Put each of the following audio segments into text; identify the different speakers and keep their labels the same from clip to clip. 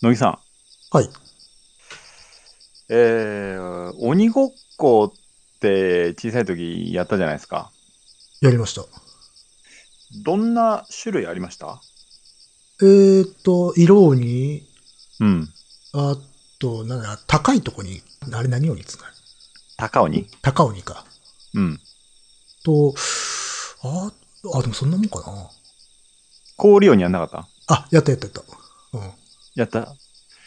Speaker 1: 乃木さん、
Speaker 2: はい。
Speaker 1: 鬼ごっこって小さい時やったじゃないですか。
Speaker 2: やりました。
Speaker 1: どんな種類ありました？
Speaker 2: 色に、
Speaker 1: うん。
Speaker 2: あなんだ、高いとこに、あれ何鬼ですか？
Speaker 1: 高鬼。
Speaker 2: 高鬼か。
Speaker 1: うん。
Speaker 2: と、あ、でもそんなもんかな。
Speaker 1: 氷鬼やんなかった？
Speaker 2: やったやったやった。うん。
Speaker 1: やった。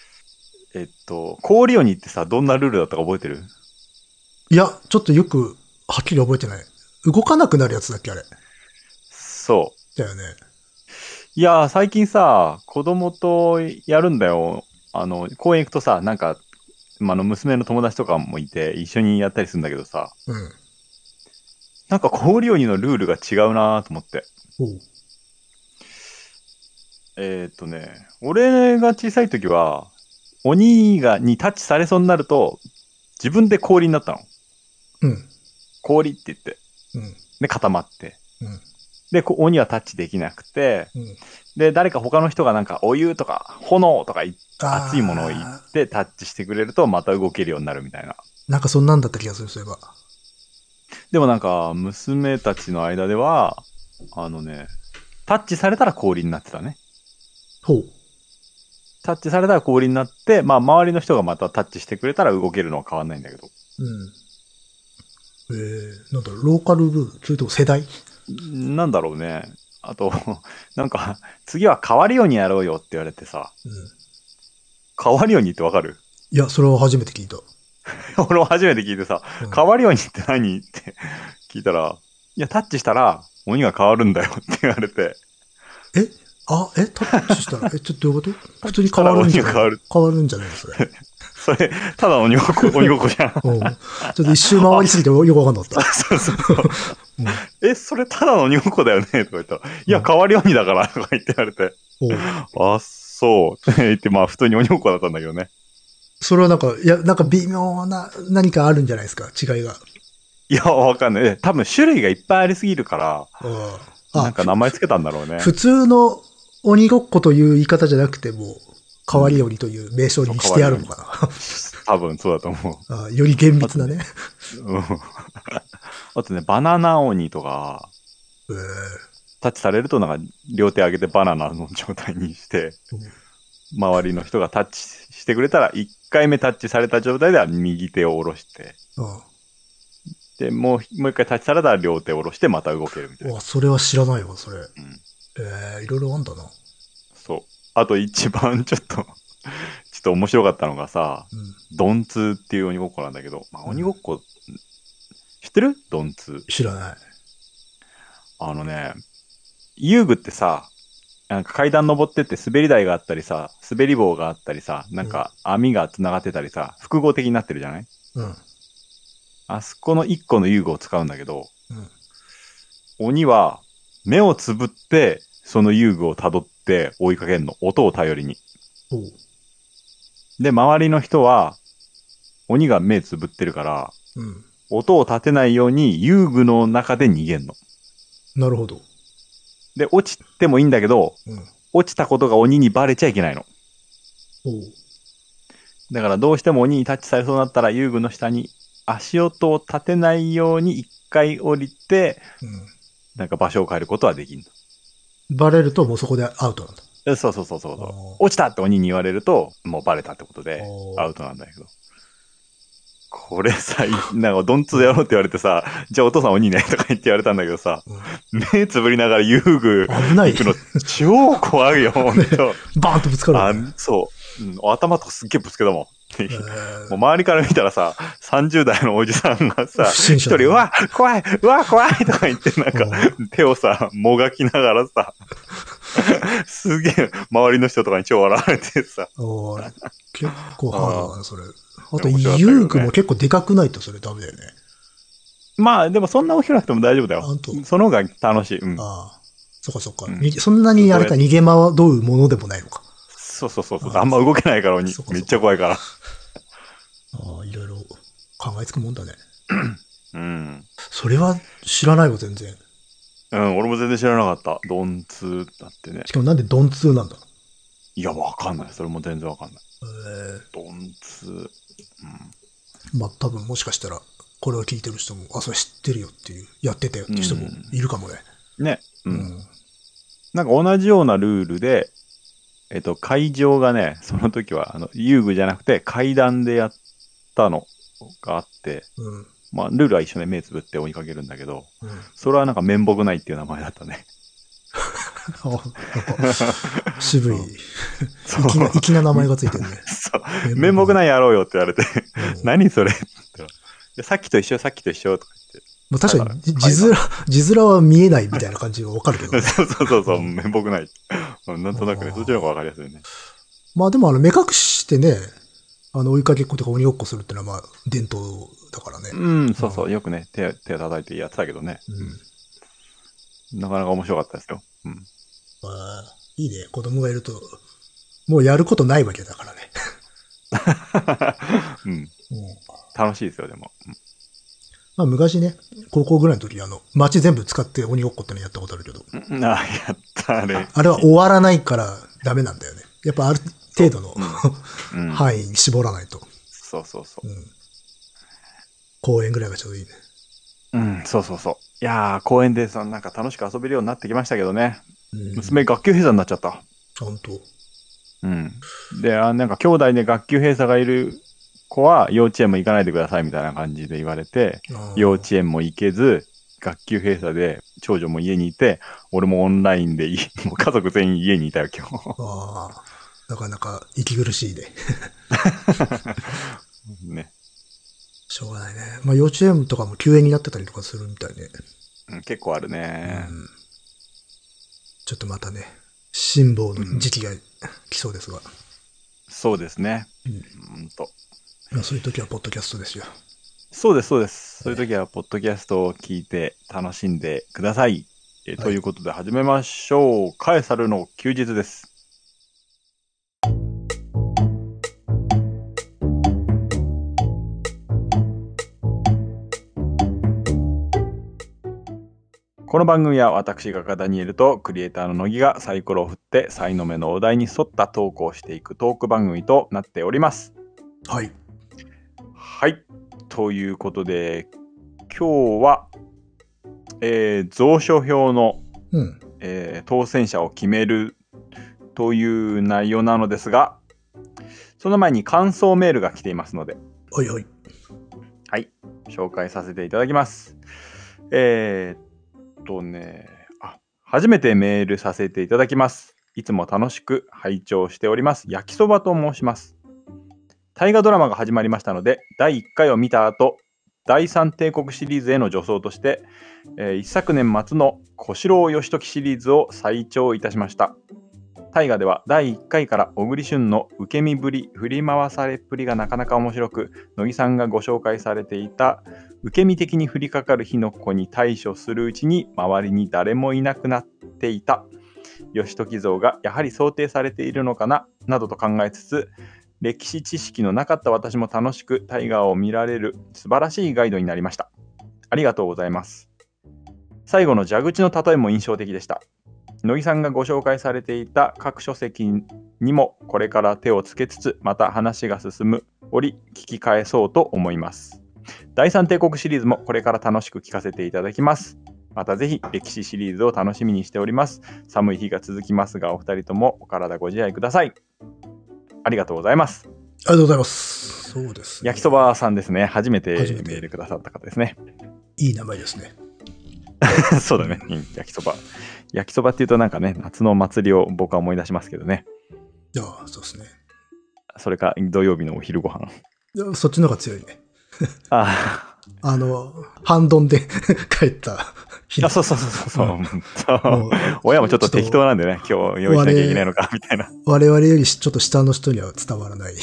Speaker 1: 氷鬼ってさ、どんなルールだったか覚えてる？
Speaker 2: いや、ちょっとよく、はっきり覚えてない。動かなくなるやつだっけ、あれ。
Speaker 1: そう。
Speaker 2: だよね。
Speaker 1: いやー、最近さ、子供とやるんだよ。公園行くとさ、なんか、娘の友達とかもいて、一緒にやったりするんだけどさ、
Speaker 2: うん。
Speaker 1: なんか氷鬼のルールが違うなーと思って。
Speaker 2: おう。
Speaker 1: 俺が小さい時は、にタッチされそうになると、自分で氷になったの。
Speaker 2: うん。
Speaker 1: 氷って言って。
Speaker 2: うん。
Speaker 1: で、固まって。
Speaker 2: うん。
Speaker 1: で、鬼はタッチできなくて、
Speaker 2: うん。
Speaker 1: で、誰か他の人がなんかお湯とか炎とか熱いものを言っ
Speaker 2: あ
Speaker 1: てタッチしてくれるとまた動けるようになるみたいな。
Speaker 2: なんかそんなんだった気がする、そういえば。
Speaker 1: でもなんか、娘たちの間では、あのね、タッチされたら氷になってたね。
Speaker 2: ほう。
Speaker 1: タッチされたら氷になって、まあ周りの人がまたタッチしてくれたら動けるのは変わんないんだけど。
Speaker 2: うん。なんだろう、ローカルルールそれとも世代？
Speaker 1: なんだろうね。あと、なんか、次は変わり鬼やろうよって言われてさ、
Speaker 2: うん。
Speaker 1: 変わり鬼ってわかる？
Speaker 2: いや、それは初めて聞いた。
Speaker 1: 俺も初めて聞いてさ、
Speaker 2: うん。
Speaker 1: 変わり鬼って何って聞いたら、いや、タッチしたら鬼が変わるんだよって言われて、
Speaker 2: えタッチしたら、ちょっとどういうこと？
Speaker 1: タッ
Speaker 2: 普通に変
Speaker 1: チしたら
Speaker 2: わるんじゃないの？
Speaker 1: 鬼が変わる。
Speaker 2: 変わるんじゃないのそれ？
Speaker 1: それ、ただの鬼ごっこ、鬼ごっこじゃん。
Speaker 2: うん。ちょっと一周回
Speaker 1: あ、
Speaker 2: りすぎてよくわかんなかっ
Speaker 1: そうそうそう。
Speaker 2: た。うん。
Speaker 1: それただの鬼ごっこだよねとか言ったら、いや、
Speaker 2: うん。
Speaker 1: 変わり鬼だからとか言って言われて、
Speaker 2: おう。
Speaker 1: あ、そうって言って、まあ普通に鬼ごっこだったんだけどね。
Speaker 2: それはなんか、いや、なんか微妙な何かあるんじゃないですか違いが。
Speaker 1: いや、わかんない。多分種類がいっぱいありすぎるから、
Speaker 2: うん。
Speaker 1: なんか名前つけたんだろうね。
Speaker 2: 普通の鬼ごっこという言い方じゃなくても、変わり
Speaker 1: うん。
Speaker 2: 鬼という名称
Speaker 1: そう、
Speaker 2: にして
Speaker 1: 変わり鬼。
Speaker 2: あるのか
Speaker 1: 多分そうだと思う。
Speaker 2: な。より厳
Speaker 1: あとね、
Speaker 2: 密なね。
Speaker 1: うん。あとね、バナナ鬼とか、タッチされるとなんか両手上げてバナナの状態にして、周りの人がタッチしてくれたら、1回目タッチされた状態では右手を下ろして、で、もう一回タッチされたら両手を下ろしてまた動けるみたいな。
Speaker 2: それは知らないわ、それ。
Speaker 1: うん。
Speaker 2: いろいろあんだな。
Speaker 1: そう。あと一番ちょっと面白かったのがさ、
Speaker 2: うん。
Speaker 1: ドンツーっていう鬼ごっこなんだけど、まあ、
Speaker 2: うん。
Speaker 1: 鬼ごっこ、知ってる？ドンツー。
Speaker 2: 知らない。
Speaker 1: あのね、遊具ってさ、なんか階段登ってって滑り台があったりさ、滑り棒があったりさ、なん
Speaker 2: うん。
Speaker 1: か網が繋がってたりさ、複合的になってるじゃない？
Speaker 2: うん。
Speaker 1: あそこの一個の遊具を使うんだけど、
Speaker 2: うん。
Speaker 1: 鬼は目をつぶってその遊具を辿って追いかけるの。音を頼りに。
Speaker 2: おう。
Speaker 1: で、周りの人は鬼が目つぶってるから、
Speaker 2: うん。
Speaker 1: 音を立てないように遊具の中で逃げんの。
Speaker 2: なるほど。
Speaker 1: で、落ちてもいいんだけど、
Speaker 2: うん。
Speaker 1: 落ちたことが鬼にバレちゃいけないの。
Speaker 2: おう。
Speaker 1: だからどうしても鬼にタッチされそうになったら遊具の下に足音を立てないように一回降りて、
Speaker 2: うん。
Speaker 1: なんか場所を変えることはできる
Speaker 2: バレるともうそこでアウトなんだ。
Speaker 1: の。そうそうそうそうそう。
Speaker 2: お
Speaker 1: 落ちたって鬼に言われると、もうバレたってことで、ア
Speaker 2: お
Speaker 1: ウトなんだけど。これさ、なんか、ドンツーやろうって言われてさ、じゃあお父さん鬼ねとか言って言われたんだけどさ、
Speaker 2: うん。
Speaker 1: 目つぶりながら遊具
Speaker 2: 危ない。
Speaker 1: 行くの超怖いよ、ほんと。
Speaker 2: バーンとぶつかるよね。
Speaker 1: そう。頭とかすっげえぶつけたもん。もう
Speaker 2: ー、
Speaker 1: 周りから見たらさ、30代のおじさんがさ、
Speaker 2: 不審者だな。
Speaker 1: 一人、怖いうわ、怖いとか言ってなんか、
Speaker 2: お
Speaker 1: 手をさ、もがきながらさ、すげえ、周りの人とかに超笑われてさ、
Speaker 2: お結構ハード
Speaker 1: あ
Speaker 2: だね、それ。あ
Speaker 1: あ、
Speaker 2: と、
Speaker 1: 面白かったけ
Speaker 2: 遊具も
Speaker 1: どね。
Speaker 2: 結構でかくないとそれダメだよね。
Speaker 1: まあ、でもそんな大きくなくても大丈夫だよ。
Speaker 2: あんと。
Speaker 1: その方が楽しい。うん。
Speaker 2: ああ。そっかそっか。
Speaker 1: うん。
Speaker 2: そんなにあれか
Speaker 1: どうやっ
Speaker 2: 逃げ惑うものでもないのか。
Speaker 1: そうそうそうそう。
Speaker 2: ああ、
Speaker 1: あんま動けないから鬼。めっ
Speaker 2: そっかそっか。
Speaker 1: ちゃ怖いから。
Speaker 2: ああ、いろいろ考えつくもんだね。
Speaker 1: うん。
Speaker 2: それは知らないわ、全然。
Speaker 1: うん、俺も全然知らなかった。ドンツーだってね。
Speaker 2: しかもなんでドンツーなんだ？
Speaker 1: いや、わかんない。それも全然わかんない。ドンツ。
Speaker 2: まあ多分もしかしたら、これを聞いてる人も、あ、それ知ってるよっていう、やってたよっていう人もいるかもね。
Speaker 1: ね。なんか同じようなルールで、会場がね、その時は、遊具じゃなくて階段でやったのがあって、まあ、ルールは一緒で目つぶって追いかけるんだけど、それはなんか面目ないっていう名前だったね。
Speaker 2: なんか、渋い、粋な名前がついてるね。
Speaker 1: そう。面目ないやろうよって言われて、何それってさっきと一緒とか言って。
Speaker 2: まあ、確かに字面は見えないみたいな感じがわかるけどね。
Speaker 1: そう、面目ない。なんとなくね、そっちの方がわかりやすいね。
Speaker 2: まあでも目隠してね、追いかけっことか鬼ごっこするってのはまあ伝統だからね。
Speaker 1: そう、よくね、手叩いてやってたけどね。なかなか面白かったですよ。
Speaker 2: まあ、いいね。子供がいると、もうやることないわけだからね。
Speaker 1: 楽しいですよ、でも。
Speaker 2: まあ昔ね、高校ぐらいの時街全部使って鬼ごっこってのやったことあるけど。
Speaker 1: やったね。
Speaker 2: あれは終わらないからダメなんだよね。やっぱある程度の範囲に絞らないと。
Speaker 1: そう。
Speaker 2: 公園ぐらいがちょうどいいね。
Speaker 1: そう。いやー、公園でなんか楽しく遊べるようになってきましたけどね。娘、学級閉鎖になっちゃった。
Speaker 2: 本当。
Speaker 1: で、なんか兄弟で学級閉鎖がいる子は幼稚園も行かないでくださいみたいな感じで言われて、幼稚園も行けず、学級閉鎖で長女も家にいて、俺もオンラインでもう家族全員家にいたよ、今日。
Speaker 2: なかなか息苦しいで。
Speaker 1: ね。
Speaker 2: しょうがないね。まあ幼稚園とかも休園になってたりとかするみたいね。
Speaker 1: 結構あるね。
Speaker 2: ちょっとまたね、辛抱の時期が来そうですが。
Speaker 1: そうですね。
Speaker 2: そういう時はポッドキャストですよ。
Speaker 1: そうです。そういう時はポッドキャストを聞いて楽しんでください。ということで始めましょう。カエサルの休日です。この番組は私画家ダニエルとクリエイターの乃木がサイコロを振って才の目のお題に沿ったトークをしていくトーク番組となっております。
Speaker 2: はい。
Speaker 1: ということで今日は、蔵書票の、当選者を決めるという内容なのですが、その前に感想メールが来ていますので、紹介させていただきます。初めてメールさせていただきます。いつも楽しく拝聴しております。焼きそばと申します。大河ドラマが始まりましたので、第1回を見た後、第三帝国シリーズへの助走として、一昨年末の小四郎義時シリーズを再聴いたしました。大河では第1回から小栗旬の受け身ぶり、振り回されっぷりがなかなか面白く、乃木さんがご紹介されていた受け身的に降りかかる火の粉に対処するうちに周りに誰もいなくなっていた義時像がやはり想定されているのかななどと考えつつ、歴史知識のなかった私も楽しく大河を見られる素晴らしいガイドになりました。ありがとうございます。最後の蛇口の例えも印象的でした。乃木さんがご紹介されていた各書籍にもこれから手をつけつつ、また話が進む折聞き返そうと思います。第三帝国シリーズもこれから楽しく聞かせていただきます。またぜひ歴史シリーズを楽しみにしております。寒い日が続きますが、お二人ともお体ご自愛ください。ありがとうございます。
Speaker 2: ありがとうございます。そうです、
Speaker 1: ね。焼きそばさんですね。初めてメールくださった方ですね。
Speaker 2: いい名前ですね。
Speaker 1: そうだね。焼きそば。焼きそばっていうとなんかね、夏の祭りを僕は思い出しますけどね。
Speaker 2: いや、そうですね。
Speaker 1: それか土曜日のお昼ご飯。
Speaker 2: いや、そっちの方が強いね。
Speaker 1: 半
Speaker 2: 丼で帰った
Speaker 1: 日。そう。親もちょっと適当なんでね、今日用意しなきゃいけないのかみたいな。
Speaker 2: 我々よりちょっと下の人には伝わらない。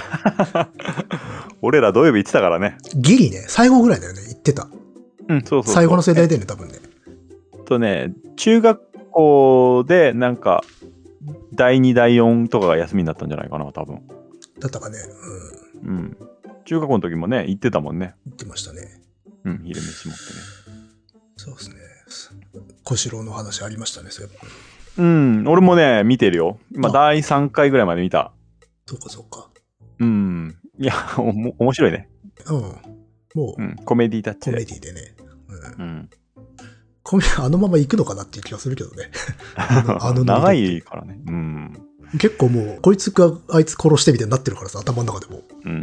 Speaker 1: 俺ら土曜日行ってたからね。
Speaker 2: ギリね、最後ぐらいだよね、行ってた。
Speaker 1: そう。
Speaker 2: 最後の世代だよね、多分ね。
Speaker 1: 中学校でなんか第2第4とかが休みになったんじゃないかな、多分。
Speaker 2: だったかね。
Speaker 1: 中学校の時もね、行ってたもんね。
Speaker 2: 行ってましたね。
Speaker 1: 昼飯持ってね。
Speaker 2: そうですね。小四郎の話ありましたね、そういえば。
Speaker 1: うん、俺もね、見てるよ。今、
Speaker 2: あ、
Speaker 1: 第3回ぐらいまで見た。
Speaker 2: そうかそうか。
Speaker 1: うん。いや、面白いね。
Speaker 2: うん。もう、
Speaker 1: うん。コメディタッチ
Speaker 2: コメ
Speaker 1: で。
Speaker 2: ディでね。
Speaker 1: うん。
Speaker 2: あのまま行くのかなっていう気がするけどね。あのノリ
Speaker 1: 長
Speaker 2: でって。
Speaker 1: いからね。うん。
Speaker 2: 結構もう、こいつがあいつ殺してみたいになってるからさ、頭の中でも。
Speaker 1: うん。
Speaker 2: うん。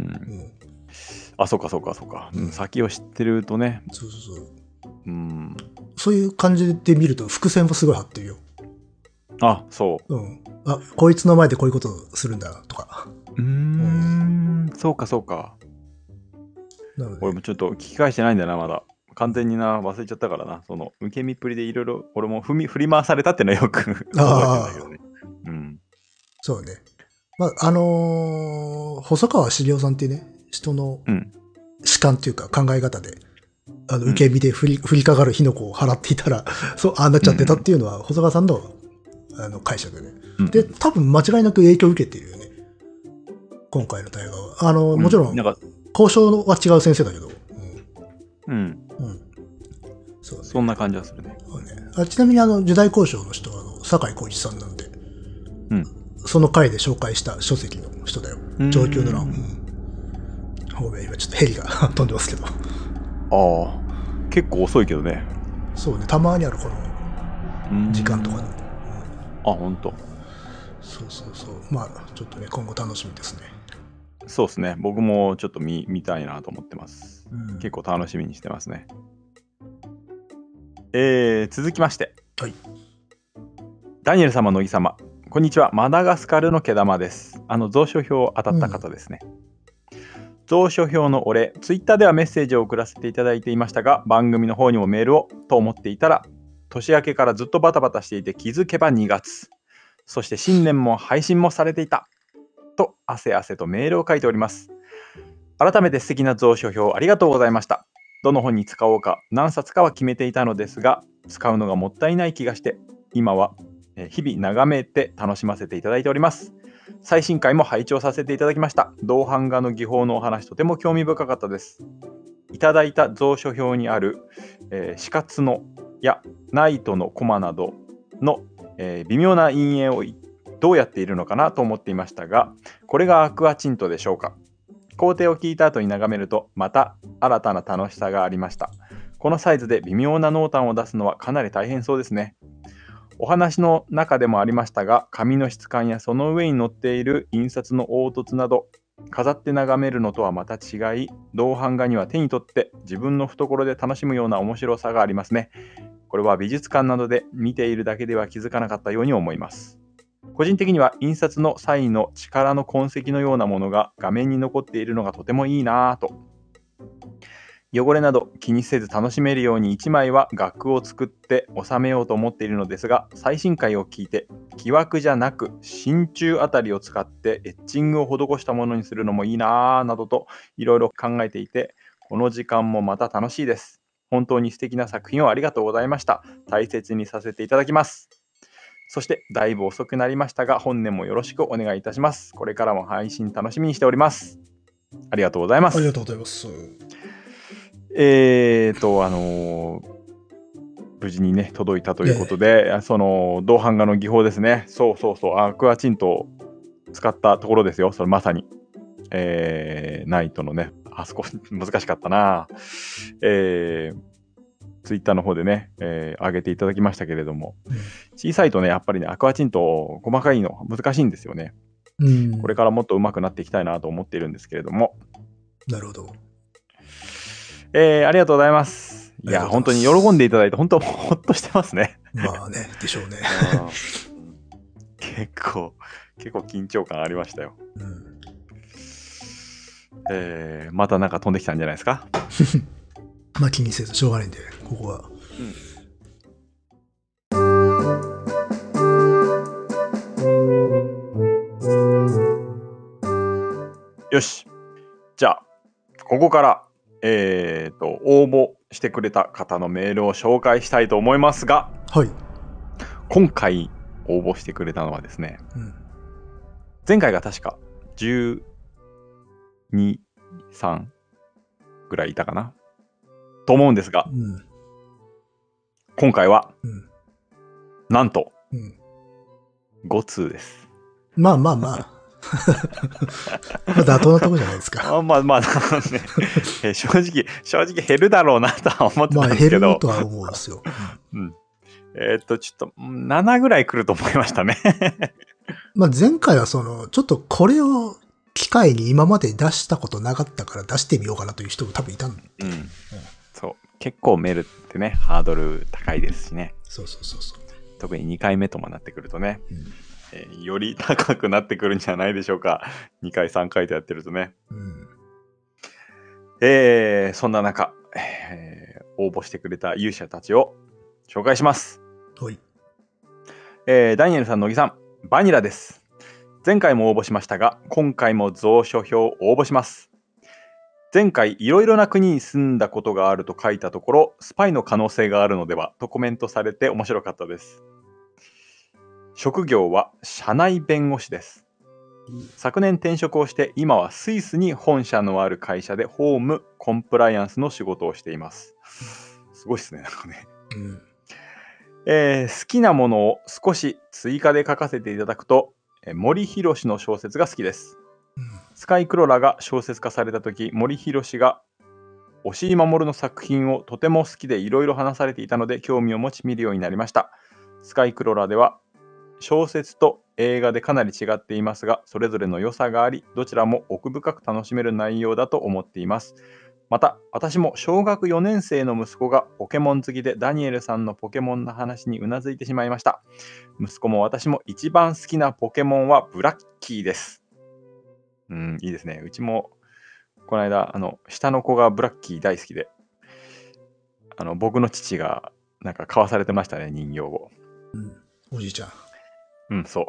Speaker 1: あ、そうかそうかそうか。
Speaker 2: うん。
Speaker 1: 先を知ってるとね。
Speaker 2: そうそうそう。
Speaker 1: うん。
Speaker 2: そういう感じで見ると伏線はすごい張ってるよ。
Speaker 1: あ、そ
Speaker 2: うん。あ、こいつの前でこういうことするんだとか。
Speaker 1: う。そうかそうか。
Speaker 2: なので、
Speaker 1: 俺もちょっと聞き返してないんだよな、まだ。完全にな、忘れちゃったからな。その、受け身っぷりでいろいろ、俺も振り回されたってのはよく覚えてんだけ
Speaker 2: ああ、
Speaker 1: どね。うん。
Speaker 2: そうね。まあ、細川茂雄さんっていうね、人の
Speaker 1: うん。
Speaker 2: 主観というか考え方で、
Speaker 1: うん
Speaker 2: 受け身で降りかかる火の粉を払っていたら、そう、ああなっちゃってたっていうのは、細川さんの、解釈でね。で、多分間違いなく影響を受けているよね。今回の大河は。もちろん、
Speaker 1: なんか、
Speaker 2: 交渉は違う先生だけど。
Speaker 1: うん。
Speaker 2: うん。うん。そうね。
Speaker 1: そんな感じはするね。
Speaker 2: そうね。ちなみに時代交渉の人は、酒井浩一さんなんで、
Speaker 1: うん。
Speaker 2: その回で紹介した書籍の人だよ。上級の欄。ごめん、今ちょっとヘリが飛んでますけど。
Speaker 1: ああ、結構遅いけどね。
Speaker 2: そうね、たまにあるこの時間とかで。
Speaker 1: あ、ほんと。
Speaker 2: そうそうそう。まあ、ちょっとね、今後楽しみですね。
Speaker 1: そうですね。僕もちょっと見たいなと思ってます。
Speaker 2: うん、
Speaker 1: 結構楽しみにしてますね。続きまして。
Speaker 2: はい。
Speaker 1: ダニエル様、乃木様。こんにちは。マダガスカルの毛玉です。蔵書票当たった方ですね。蔵書票のお礼、ツイッターではメッセージを送らせていただいていましたが、番組の方にもメールをと思っていたら、年明けからずっとバタバタしていて気づけば2月。そして新年も配信もされていた。と、汗汗とメールを書いております。改めて素敵な蔵書票ありがとうございました。どの本に使おうか何冊かは決めていたのですが、使うのがもったいない気がして、今は日々眺めて楽しませていただいております。最新回も拝聴させていただきました。銅版画の技法のお話とても興味深かったです。いただいた蔵書表にある、死活のやナイトのコマなどの、微妙な陰影をどうやっているのかなと思っていましたが、これがアクアチントでしょうか。工程を聞いた後に眺めると、また新たな楽しさがありました。このサイズで微妙な濃淡を出すのはかなり大変そうですね。お話の中でもありましたが、紙の質感やその上に載っている印刷の凹凸など、飾って眺めるのとはまた違い、銅版画には手に取って自分の懐で楽しむような面白さがありますね。これは美術館などで見ているだけでは気づかなかったように思います。個人的には印刷の際の力の痕跡のようなものが画面に残っているのがとてもいいなぁと。汚れなど気にせず楽しめるように1枚は額を作って収めようと思っているのですが、最新回を聞いて木枠じゃなく真鍮あたりを使ってエッチングを施したものにするのもいいなぁなどといろいろ考えていて、この時間もまた楽しいです。本当に素敵な作品をありがとうございました。大切にさせていただきます。そしてだいぶ遅くなりましたが、本年もよろしくお願いいたします。これからも配信楽しみにしております。ありがとうございます。
Speaker 2: ありがとうございます。
Speaker 1: 無事にね、届いたということで、その、銅版画の技法ですね。そうそうそう、アクアチントを使ったところですよ。それまさに。ナイトのね、あそこ難しかったな。ツイッターの方でね、上げていただきましたけれども、小さいとね、やっぱりね、アクアチント細かいの難しいんですよね。これからもっと上手くなっていきたいなと思っているんですけれども。
Speaker 2: なるほど。
Speaker 1: ありがとうございます。いや、本当に喜んでいただいて、本当ほっとしてますね。
Speaker 2: まあね、でしょうね。
Speaker 1: 結構緊張感ありましたよ。またなんか飛んできたんじゃないですか。
Speaker 2: まあ気にせずしょうがないんで、ここは。
Speaker 1: よし。じゃあ、ここから、応募してくれた方のメールを紹介したいと思いますが、
Speaker 2: はい。
Speaker 1: 今回応募してくれたのはですね、前回が確か12、3ぐらいいたかなと思うんですが、今回は、なんと、 5通です。
Speaker 2: まあまあまあ。まあ妥当なとこじゃないですか。
Speaker 1: まあまあ、ね、正直減るだろうなとは思ってたんですけど。
Speaker 2: まあ減るとは思うんですよ。
Speaker 1: うん。ちょっと、7ぐらい来ると思いましたね。
Speaker 2: まあ前回はちょっとこれを機会に今まで出したことなかったから出してみようかなという人も多分いたんで。
Speaker 1: そう。結構メールってね、ハードル高いですしね。
Speaker 2: そう。
Speaker 1: 特に2回目ともなってくるとね、より高くなってくるんじゃないでしょうか。2回、3回とやってるとね。そんな中、応募してくれた勇者たちを紹介します。
Speaker 2: はい。
Speaker 1: ダニエルさん、乃木さん、バニラです。前回も応募しましたが、今回も蔵書票を応募します。前回、いろいろな国に住んだことがあると書いたところ、スパイの可能性があるのではとコメントされて面白かったです。職業は社内弁護士です。昨年転職をして今はスイスに本社のある会社で法務コンプライアンスの仕事をしています。すごいですね、なんかね。好きなものを少し追加で書かせていただくと、森博の小説が好きです。スカイクロラが小説化された時、森博が押井守の作品をとても好きでいろいろ話されていたので興味を持ち見るようになりました。スカイクロラでは小説と映画でかなり違っていますが、それぞれの良さがあり、どちらも奥深く楽しめる内容だと思っています。また、私も小学4年生の息子がポケモン好きで、ダニエルさんのポケモンの話にうなずいてしまいました。息子も私も一番好きなポケモンはブラッキーです。いいですね。うちも、この間、下の子がブラッキー大好きで、僕の父が、なんか買わされてましたね、人形を。
Speaker 2: おじいちゃん。
Speaker 1: そう。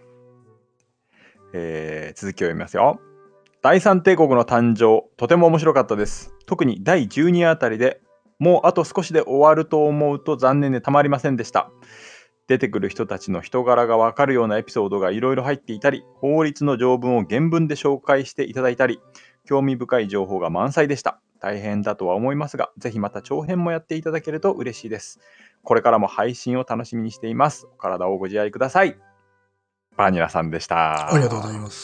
Speaker 1: 続きを読みますよ。第三帝国の誕生、とても面白かったです。特に第12あたりでもうあと少しで終わると思うと残念でたまりませんでした。出てくる人たちの人柄がわかるようなエピソードがいろいろ入っていたり、法律の条文を原文で紹介していただいたり、興味深い情報が満載でした。大変だとは思いますが、ぜひまた長編もやっていただけると嬉しいです。これからも配信を楽しみにしています。お体をご自愛ください。バニラさんでした。
Speaker 2: ありがとうございます。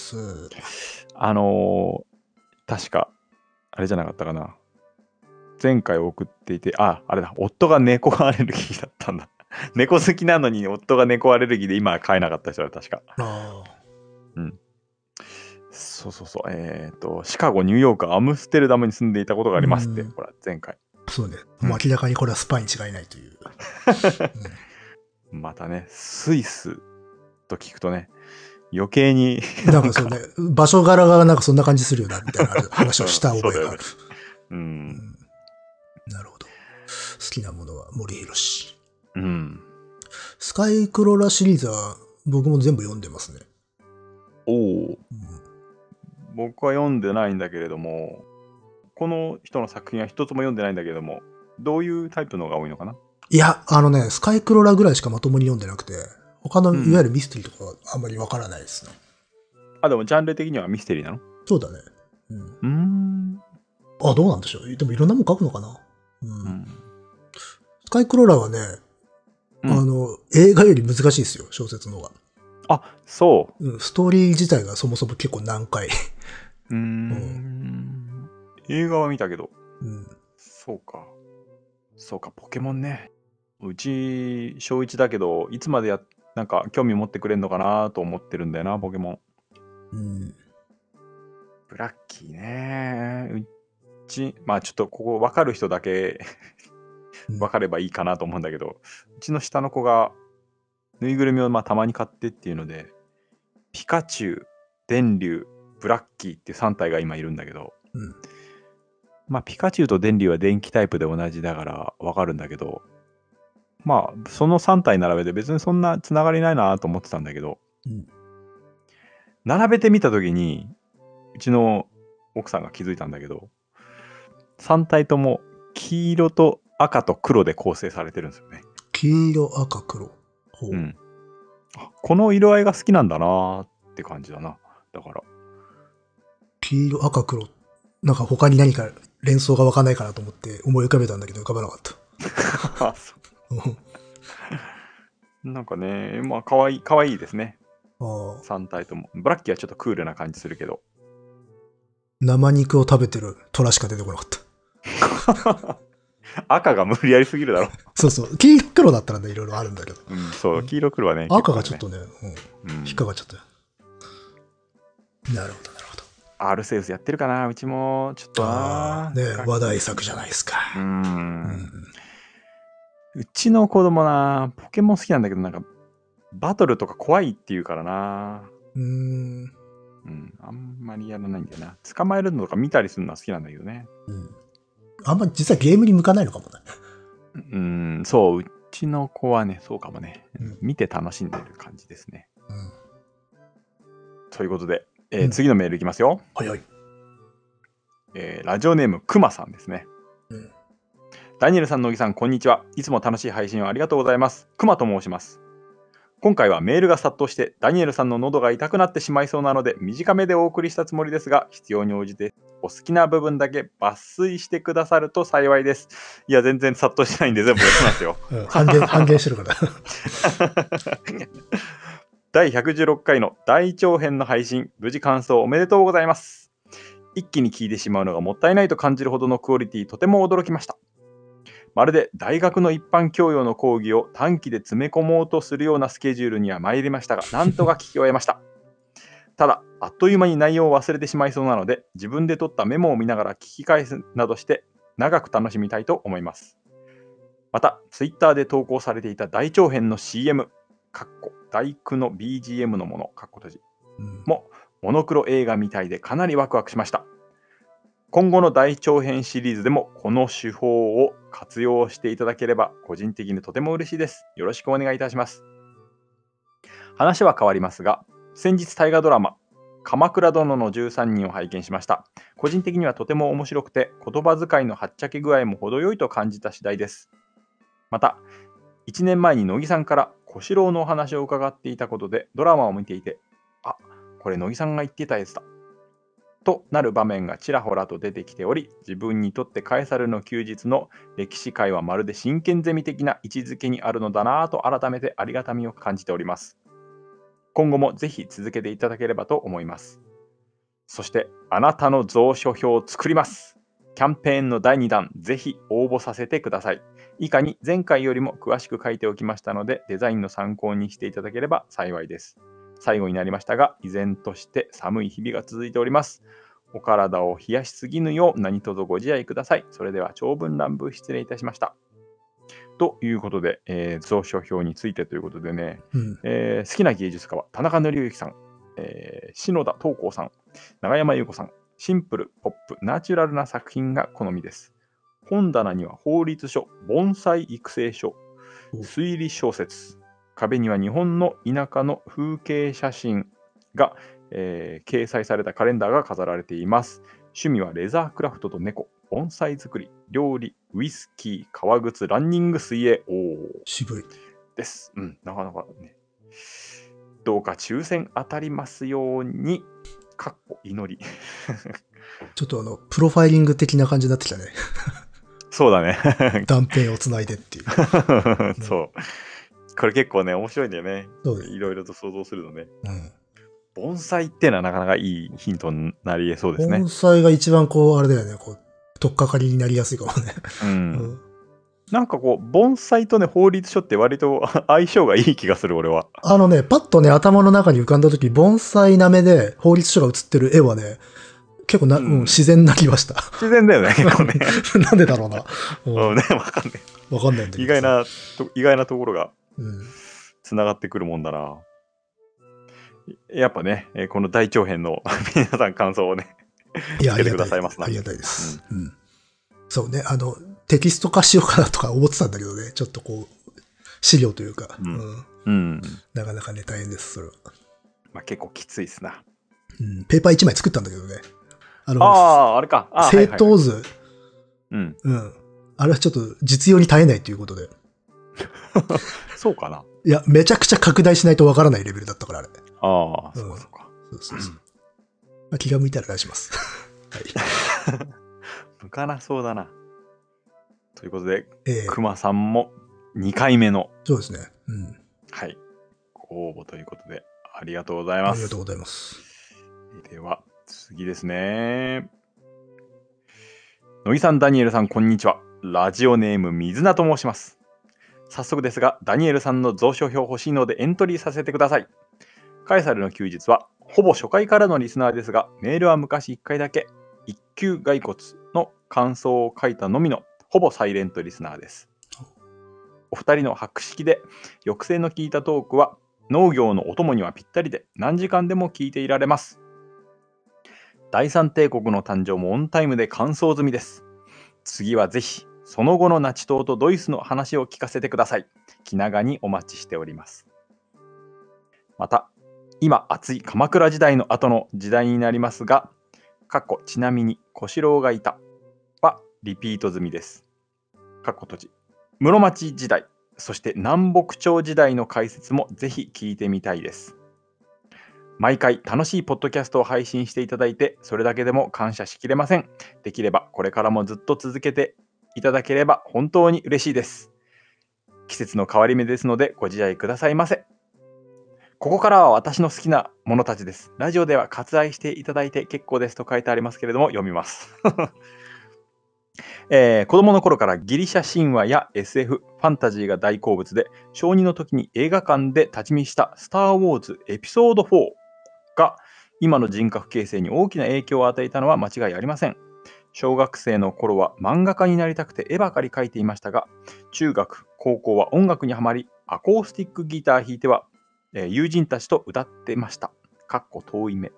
Speaker 1: 確か、あれじゃなかったかな。前回送っていて、あれだ、夫が猫アレルギーだったんだ。猫好きなのに夫が猫アレルギーで今は飼えなかった人だ、確か。そう。シカゴ、ニューヨーク、アムステルダムに住んでいたことがありますって、ほら、前回。
Speaker 2: そうね。もう明らかにこれはスパイに違いないという。
Speaker 1: またね、スイスと聞くとね、余計に
Speaker 2: なんかそうね、場所柄がなんかそんな感じするよな、みたいな話をした覚えがある。なるほど。好きなものは森博。スカイクロラシリーズは僕も全部読んでますね。
Speaker 1: 僕は読んでないんだけれども、この人の作品は一つも読んでないんだけれども、どういうタイプのが多いのかな？
Speaker 2: いや、スカイクロラぐらいしかまともに読んでなくて、他のいわゆるミステリーとかはあんまりわからないですね。
Speaker 1: でもジャンル的にはミステリーなの？
Speaker 2: そうだね。どうなんでしょう。でもいろんなもん書くのかな。スカイクロラはね、映画より難しいですよ、小説の方が。
Speaker 1: そう。
Speaker 2: ストーリー自体がそもそも結構難解。
Speaker 1: 映画は見たけど。そうか、ポケモンね。うち、小1だけど、いつまでなんか興味持ってくれんのかなと思ってるんだよな、ポケモン。ブラッキーね。うち、ちょっとここ分かる人だけ分かればいいかなと思うんだけど、うちの下の子がぬいぐるみをたまに買ってっていうので、ピカチュウ、電流、ブラッキーっていう3体が今いるんだけど、ピカチュウと電流は電気タイプで同じだから分かるんだけど、その3体並べて別にそんなつながりないなと思ってたんだけど、並べてみたときに、うちの奥さんが気づいたんだけど、3体とも黄色と赤と黒で構成されてるんですよね。
Speaker 2: 黄色、赤、黒。
Speaker 1: この色合いが好きなんだなって感じだな。だから。
Speaker 2: 黄色、赤、黒。なんか他に何か連想が湧かないかなと思って思い浮かべたんだけど浮かばなかった。
Speaker 1: なんかね、かわいいですね。 3体とも。ブラッキーはちょっとクールな感じするけど。
Speaker 2: 生肉を食べてる虎しか出てこなかった。
Speaker 1: 赤が無理やりすぎるだろ。
Speaker 2: そうそう。黄色黒だったらね、いろいろあるんだけど。
Speaker 1: そう、黄色黒はね。
Speaker 2: 赤がちょっとね、引っかかっちゃった。なるほど、なるほど。
Speaker 1: アルセウスやってるかな、うちも、ちょっとな。
Speaker 2: ね、話題作じゃないですか。
Speaker 1: うちの子供な、ポケモン好きなんだけど、なんか、バトルとか怖いって言うからな。あんまりやらないんだよな。捕まえるのとか見たりするのは好きなんだけどね。
Speaker 2: あんま実はゲームに向かないのかも
Speaker 1: ね。そう、うちの子はね、そうかもね。見て楽しんでる感じですね。ということで、次のメールいきますよ。
Speaker 2: はいはい。
Speaker 1: ラジオネームくまさんですね。ダニエルさん、乃木さん、こんにちは。いつも楽しい配信をありがとうございます。くまと申します。今回はメールが殺到してダニエルさんの喉が痛くなってしまいそうなので短めでお送りしたつもりですが、必要に応じてお好きな部分だけ抜粋してくださると幸いです。いや、全然殺到してないんで全部やってますよ。
Speaker 2: 半減してるから。
Speaker 1: 第116回の大長編の配信、無事完走おめでとうございます。一気に聞いてしまうのがもったいないと感じるほどのクオリティ、とても驚きました。まるで大学の一般教養の講義を短期で詰め込もうとするようなスケジュールには参りましたが、なんとか聞き終えました。ただ、あっという間に内容を忘れてしまいそうなので、自分で取ったメモを見ながら聞き返すなどして長く楽しみたいと思います。また、ツイッターで投稿されていた大長編の CM、大工の BGM のもの、もモノクロ映画みたいでかなりワクワクしました。今後の大長編シリーズでもこの手法を活用していただければ個人的にとても嬉しいです。よろしくお願いいたします。話は変わりますが、先日大河ドラマ鎌倉殿の13人を拝見しました。個人的にはとても面白くて、言葉遣いのはっちゃけ具合も程よいと感じた次第です。また、1年前に乃木さんから小四郎のお話を伺っていたことでドラマを見ていて、あ、これ乃木さんが言ってたやつだとなる場面がちらほらと出てきており、自分にとってカエサルの休日の歴史界はまるで真剣ゼミ的な位置づけにあるのだなぁと改めてありがたみを感じております。今後もぜひ続けていただければと思います。そして、あなたの蔵書表を作ります。キャンペーンの第2弾、ぜひ応募させてください。以下に前回よりも詳しく書いておきましたので、デザインの参考にしていただければ幸いです。最後になりましたが、依然として寒い日々が続いております。お体を冷やしすぎぬよう何卒ご自愛ください。それでは長文乱文失礼いたしました。ということで、蔵書表についてということでね、好きな芸術家は田中紀之さん、篠田東光さん、永山優子さん、シンプル、ポップ、ナチュラルな作品が好みです。本棚には法律書、盆栽育成書、推理小説、壁には日本の田舎の風景写真が、掲載されたカレンダーが飾られています。趣味はレザークラフトと猫、盆栽作り、料理、ウイスキー、革靴、ランニング、水泳。
Speaker 2: 渋い
Speaker 1: です。なかなかね。どうか抽選当たりますように、祈り。
Speaker 2: ちょっとプロファイリング的な感じになってきたね。
Speaker 1: そうだね。
Speaker 2: 断片をつないでっていう。
Speaker 1: そう。これ結構ね、面白いんだよね。いろいろと想像するのね。盆栽っていうのはなかなかいいヒントになり得そうですね。
Speaker 2: 盆栽が一番あれだよね、取っかかりになりやすいかもね。
Speaker 1: なんか盆栽とね、法律書って割と相性がいい気がする、俺は。
Speaker 2: パッとね、頭の中に浮かんだ時、盆栽なめで法律書が写ってる絵はね、結構自然な気がした。
Speaker 1: 自然だよね、結構ね。
Speaker 2: なんでだろうな。
Speaker 1: わかんない。
Speaker 2: わかんないんだけど。
Speaker 1: 意外なところが、繋がってくるもんだな。やっぱね、この大長編の皆さん感想をね、つけてくださいますな。
Speaker 2: ありがたいです。そうね、テキスト化しようかなとか思ってたんだけどね、ちょっと資料というか、なかなかね、大変です、それは。
Speaker 1: まあ結構きついっすな。
Speaker 2: ペーパー1枚作ったんだけどね。
Speaker 1: あれか。
Speaker 2: 正当図。あれはちょっと実用に耐えないということで。
Speaker 1: そうかな。
Speaker 2: いや、めちゃくちゃ拡大しないとわからないレベルだったから、あれ。
Speaker 1: そうか。
Speaker 2: まあ、気が向いたら出します。はい。
Speaker 1: 向かなそうだな。ということで、熊さんも2回目の。
Speaker 2: そうですね。
Speaker 1: はい。ご応募ということで、 ありがとうございます。
Speaker 2: ありがとうございます。
Speaker 1: では、次ですね。乃木さん、ダニエルさん、こんにちは。ラジオネーム、水菜と申します。早速ですが、ダニエルさんの蔵書票欲しいのでエントリーさせてください。カエサルの休日は、ほぼ初回からのリスナーですが、メールは昔1回だけ、一級骸骨の感想を書いたのみの、ほぼサイレントリスナーです。お二人の博識で、抑制の効いたトークは、農業のお供にはぴったりで、何時間でも聞いていられます。第三帝国の誕生もオンタイムで完走済みです。次はぜひ、その後のナチ党とドイツの話を聞かせてください。気長にお待ちしております。また、今熱い鎌倉時代の後の時代になりますが、ちなみに小四郎がいたはリピート済みです。閉じ。室町時代、そして南北朝時代の解説もぜひ聞いてみたいです。毎回楽しいポッドキャストを配信していただいて、それだけでも感謝しきれません。できればこれからもずっと続けていただければ本当に嬉しいです。季節の変わり目ですのでご自愛くださいませ。ここからは私の好きなものたちです。ラジオでは割愛していただいて結構ですと書いてありますけれども、読みます。子供の頃からギリシャ神話や SF、ファンタジーが大好物で、小2の時に映画館で立ち見したスター・ウォーズエピソード4が今の人格形成に大きな影響を与えたのは間違いありません。小学生の頃は漫画家になりたくて絵ばかり描いていましたが、中学、高校は音楽にはまり、アコースティックギター弾いては、友人たちと歌ってました。遠い目。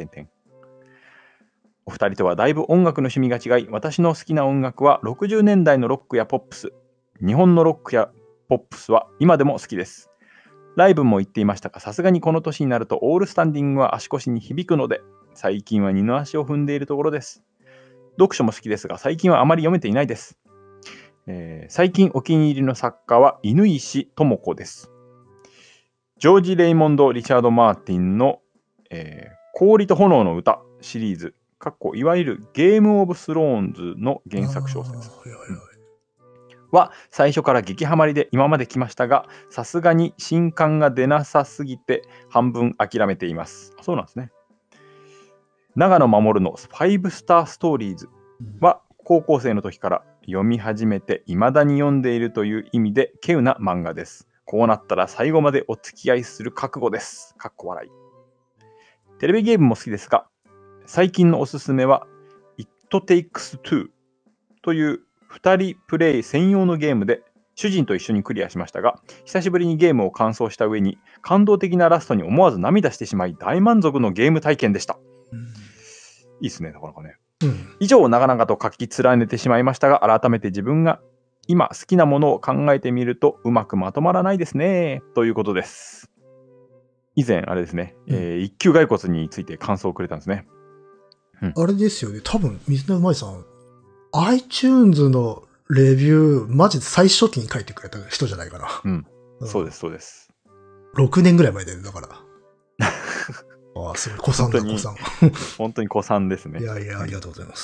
Speaker 1: お二人とはだいぶ音楽の趣味が違い、私の好きな音楽は60年代のロックやポップス。日本のロックやポップスは今でも好きです。ライブも行っていましたが、さすがにこの年になるとオールスタンディングは足腰に響くので、最近は二の足を踏んでいるところです。読書も好きですが、最近はあまり読めていないです。最近お気に入りの作家は犬石智子です。ジョージ・レイモンド・リチャード・マーティンの、氷と炎の歌シリーズ、いわゆるゲーム・オブ・スローンズの原作小説は最初から激ハマりで今まで来ましたが、さすがに新刊が出なさすぎて半分諦めています。そうなんですね。長野守の5スターストーリーズは高校生の時から読み始めて未だに読んでいるという意味で稀有な漫画です。こうなったら最後までお付き合いする覚悟です。笑い。テレビゲームも好きですが、最近のおすすめは It Takes Two という2人プレイ専用のゲームで主人と一緒にクリアしましたが、久しぶりにゲームを完走した上に感動的なラストに思わず涙してしまい大満足のゲーム体験でした。いいっすね、なかなかね。以上、長々と書き連ねてしまいましたが、改めて自分が今好きなものを考えてみるとうまくまとまらないですね、ということです。以前、あれですね、一級骸骨について感想をくれたんですね。
Speaker 2: あれですよね、多分、水野うまいさん、iTunes のレビュー、マジで最初期に書いてくれた人じゃないかな。
Speaker 1: そうです、そうです。
Speaker 2: 6年ぐらい前で、だから。ああ、すごい。古参だ、古参。
Speaker 1: 本当に古参ですね。
Speaker 2: いやいや、ありがとうございます。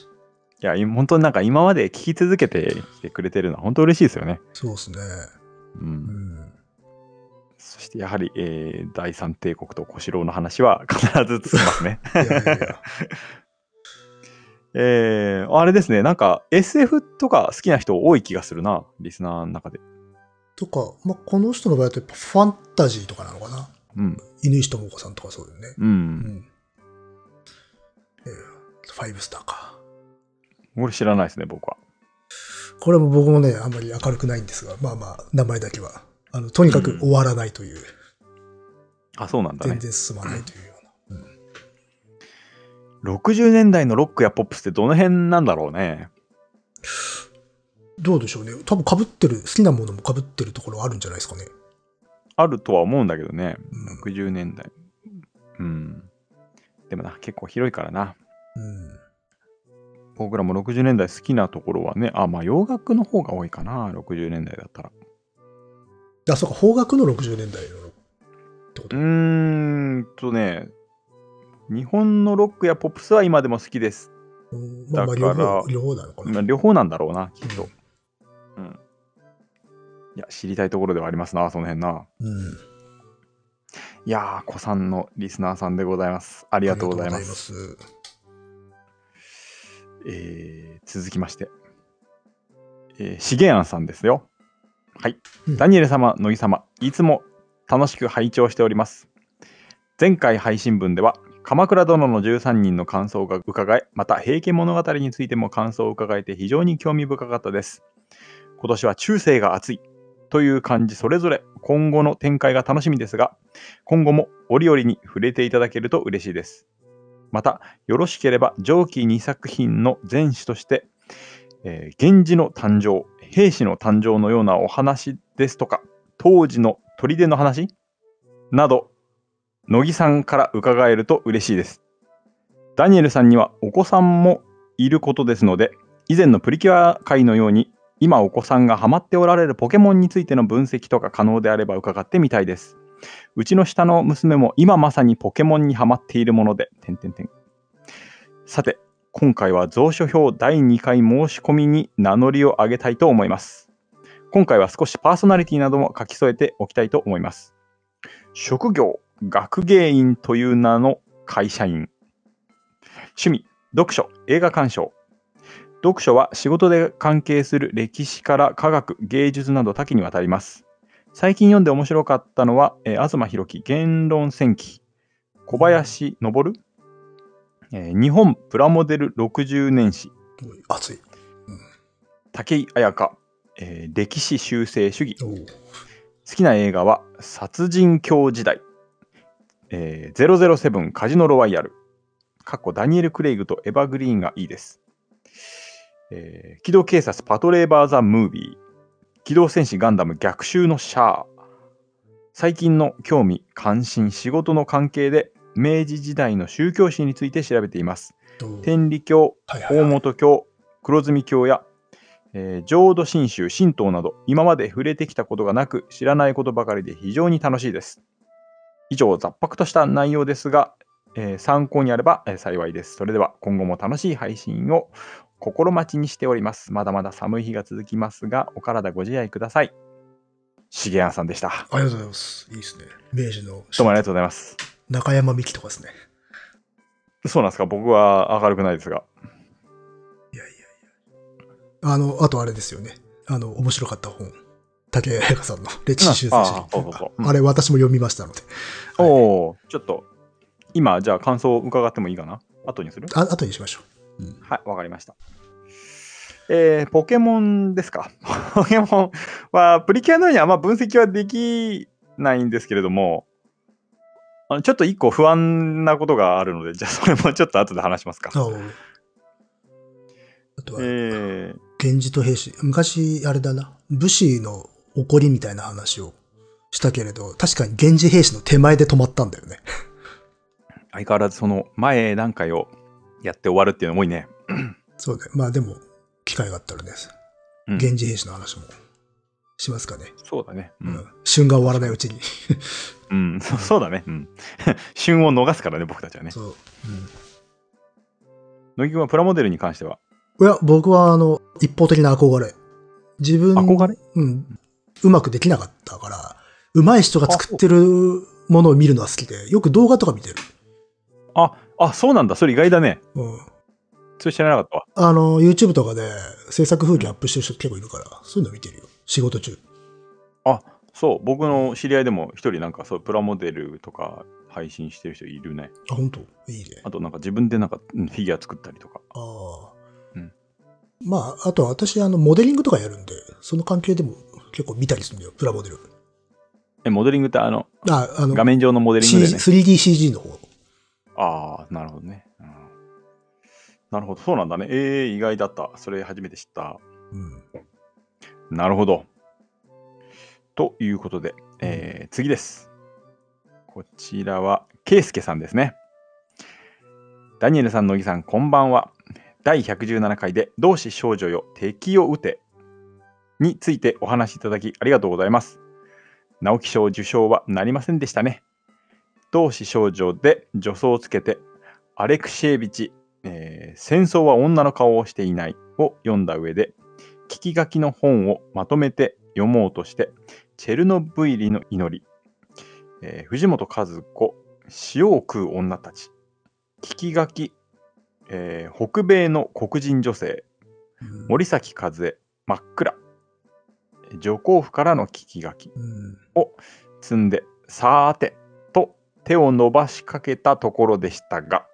Speaker 1: いや、本当になんか今まで聞き続けてきてくれてるのは本当嬉しいですよね。
Speaker 2: そうですね。
Speaker 1: そしてやはり、第三帝国と小四郎の話は必ずつきますね。いやいやいや。あれですね、なんか SF とか好きな人多い気がするな、リスナーの中で。
Speaker 2: とか、まあ、この人の場合だとやっぱファンタジーとかなのかな。犬石智子さんとかそうだよね。5スターか。
Speaker 1: 俺知らないですね、僕は。
Speaker 2: これも僕もね、あんまり明るくないんですが、まあまあ、名前だけは。とにかく終わらないという。
Speaker 1: あ、そうなんだね。
Speaker 2: 全然進まないというよう
Speaker 1: な。60年代のロックやポップスってどの辺なんだろうね。
Speaker 2: どうでしょうね。多分被ってる、好きなものも被ってるところあるんじゃないですかね。
Speaker 1: あるとは思うんだけどね。60年代。でもな、結構広いからな。僕らも60年代好きなところはね、まあ洋楽の方が多いかな、60年代だったら。
Speaker 2: あ、そうか、邦楽の60年代のってこと？
Speaker 1: ね、日本のロックやポップスは今でも好きです。
Speaker 2: だから、両方なのかな。
Speaker 1: 両方なんだろうな、きっと。いや、知りたいところではありますな、その辺な。 いやー、子さんのリスナーさんでございます。ありがとうございます。続きまして、しげあんさんですよ。はい。ダニエル様、乃木様、いつも楽しく拝聴しております。前回配信分では、鎌倉殿の13人の感想が伺え、また平家物語についても感想を伺えて非常に興味深かったです。今年は中世が熱いという感じそれぞれ今後の展開が楽しみですが、今後も折々に触れていただけると嬉しいです。また、よろしければ上記2作品の前史として、源氏の誕生、平氏の誕生のようなお話ですとか、当時の砦の話など、乃木さんから伺えると嬉しいです。ダニエルさんにはお子さんもいることですので、以前のプリキュア界のように、今お子さんがハマっておられるポケモンについての分析とか可能であれば伺ってみたいです。うちの下の娘も今まさにポケモンにハマっているもので、さて、今回は蔵書表第2回申し込みに名乗りを上げたいと思います。今回は少しパーソナリティなども書き添えておきたいと思います。職業、学芸員という名の会社員。趣味、読書、映画鑑賞。読書は仕事で関係する歴史から科学、芸術など多岐にわたります。最近読んで面白かったのは、東博樹、言論戦記、小林昇、日本プラモデル60年史、
Speaker 2: 熱い。
Speaker 1: 武井彩香、歴史修正主義。好きな映画は殺人狂時代、007カジノロワイヤル、ダニエル・クレイグとエヴァ・グリーンがいいです。機動警察パトレーバー・ザ・ムービー、機動戦士ガンダム逆襲のシャア。最近の興味、関心、仕事の関係で明治時代の宗教史について調べています。天理教、大本教、黒住教や、浄土真宗、神道など今まで触れてきたことがなく知らないことばかりで非常に楽しいです。以上、ざっぱくとした内容ですが、参考にあれば、幸いです。それでは今後も楽しい配信を心待ちにしております。まだまだ寒い日が続きますが、お体ご自愛ください。しげやんさんでした。
Speaker 2: ありがとうございます。いいですね。明治の。ど
Speaker 1: うもありがとうございます。
Speaker 2: 中山美紀とかですね。
Speaker 1: そうなんですか。僕は明るくないですが。
Speaker 2: いや。あとあれですよね。面白かった本。竹谷彩香さんの歴史修正史。あれ私も読みましたので。
Speaker 1: おー、ちょっと、今、じゃあ感想を伺ってもいいかな？後にする？
Speaker 2: 後にしましょ
Speaker 1: う。はい、わかりました。ポケモンですか。ポケモンは、プリキュアのようにあんま分析はできないんですけれども、ちょっと一個不安なことがあるので、じゃあそれもちょっと後で話しますか。
Speaker 2: あとは、源氏と平氏。昔、あれだな。武士の起こりみたいな話をしたけれど、確かに源氏平氏の手前で止まったんだよね。
Speaker 1: 相変わらずその前段階をやって終わるっていうのも多いね。
Speaker 2: そうね。まあでも、機会があったらね、源氏平氏の話もしますかね。
Speaker 1: そうだね。
Speaker 2: 旬が終わらないうちに。
Speaker 1: そうだね。旬を逃すからね、僕たちはね。そう。乃木君はプラモデルに関しては？
Speaker 2: いや、僕は一方的な憧れ。自分、
Speaker 1: 憧れ？
Speaker 2: うまくできなかったから、上手い人が作ってるものを見るのは好きで、よく動画とか見てる。
Speaker 1: そうなんだ。それ意外だね。それ知らなかったわ。
Speaker 2: YouTube とかで制作風景アップしてる人結構いるから、そういうの見てるよ。仕事中。
Speaker 1: そう。僕の知り合いでも一人なんかそうプラモデルとか配信してる人いるね。
Speaker 2: 本当？いいね。
Speaker 1: あとなんか自分でなんかフィギュア作ったりとか。
Speaker 2: まあ、あと私モデリングとかやるんで、その関係でも結構見たりするんだよ、プラモデル。
Speaker 1: モデリングって画面上のモデリングでね。
Speaker 2: 3DCG の方。
Speaker 1: なるほどね。なるほど。そうなんだね。意外だった。それ初めて知った。なるほど。ということで、次です。こちらは、ケイスケさんですね。ダニエルさん、乃木さん、こんばんは。第117回で、同志少女よ、敵を撃てについてお話しいただきありがとうございます。直木賞受賞はなりませんでしたね。同志少女で助走をつけて、アレクシエービチ、戦争は女の顔をしていないを読んだ上で、聞き書きの本をまとめて読もうとして、チェルノブイリの祈り、 藤本和子、塩を食う女たち、聞き書き、北米の黒人女性、森崎和恵、真っ暗、女皇府からの聞き書きを積んで、さーて、と手を伸ばしかけたところでしたが、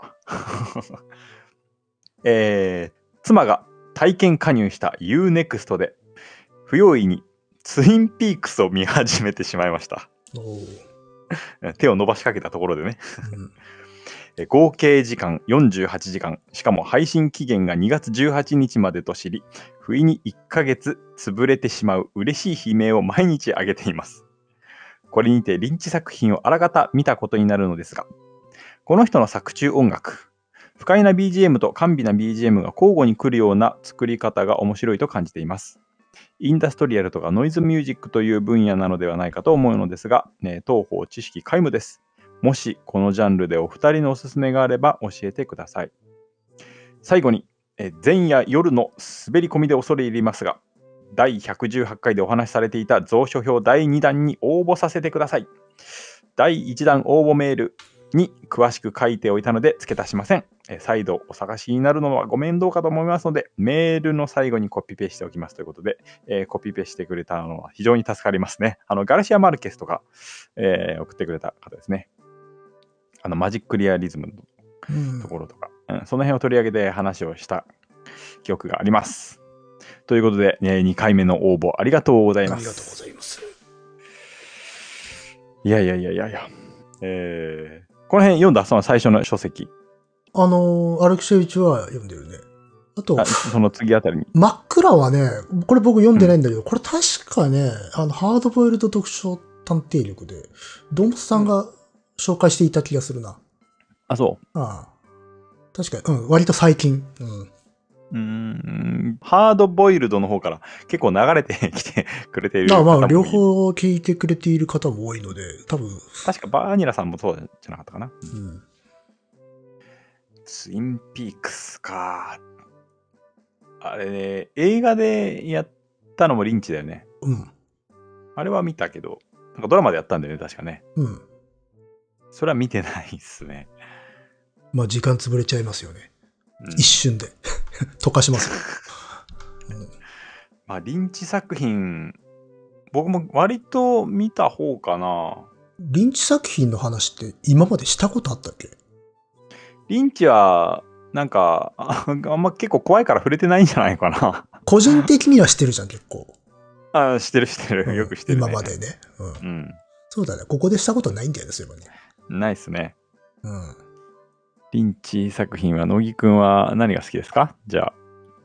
Speaker 1: 妻が体験加入した Unext で、不用意にツインピークスを見始めてしまいました。手を伸ばしかけたところでね。合計時間48時間、しかも配信期限が2月18日までと知り、不意に1ヶ月潰れてしまう嬉しい悲鳴を毎日上げています。これにてリンチ作品をあらがた見たことになるのですが、この人の作中音楽、不快な BGM と甘美な BGM が交互に来るような作り方が面白いと感じています。インダストリアルとかノイズミュージックという分野なのではないかと思うのですが、当方知識皆無です。もしこのジャンルでお二人のおすすめがあれば教えてください。最後に、前夜夜の滑り込みで恐れ入りますが、第118回でお話しされていた蔵書表第2弾に応募させてください。第1弾応募メールに詳しく書いておいたので付け足しません。再度お探しになるのはご面倒かと思いますので、メールの最後にコピペしておきますということで、コピペしてくれたのは非常に助かりますね。ガルシア・マルケスとか、送ってくれた方ですね。マジックリアリズムのところとか、その辺を取り上げて話をした記憶があります。ということで、2回目の応募ありがとうございます。
Speaker 2: ありがとうございます。
Speaker 1: いや。この辺読んだその最初の書籍。
Speaker 2: アレクシェイチは読んでるね。あと、
Speaker 1: その次あたりに。
Speaker 2: 真っ暗はね、これ僕読んでないんだけど、これ確かね、ハードボイルド読書探偵力で、ドンブスさんが紹介していた気がするな。
Speaker 1: あ、そう。
Speaker 2: ああ。確かに、割と最近。
Speaker 1: ハードボイルドの方から結構流れてきてくれている方もいる。
Speaker 2: まあ、両方聞いてくれている方も多いので、多分。
Speaker 1: 確かバーニラさんもそうじゃなかったかな。ツインピークスか。あれね、映画でやったのもリンチだよね。あれは見たけど、なんかドラマでやったんだよね、確かね。それは見てないっすね。
Speaker 2: まあ、時間潰れちゃいますよね。一瞬で。溶かしますよ。
Speaker 1: まあ、リンチ作品、僕も割と見た方かな。
Speaker 2: リンチ作品の話って今までしたことあったっけ？
Speaker 1: リンチは、なんか、あんま結構怖いから触れてないんじゃないかな。
Speaker 2: 個人的にはしてるじゃん、結構。
Speaker 1: してる。よくしてる、ね。
Speaker 2: 今までね。そうだね。ここでしたことないんだよね、そういえばね。
Speaker 1: ないっすね。リンチ作品は、乃木くんは何が好きですか？じゃあ。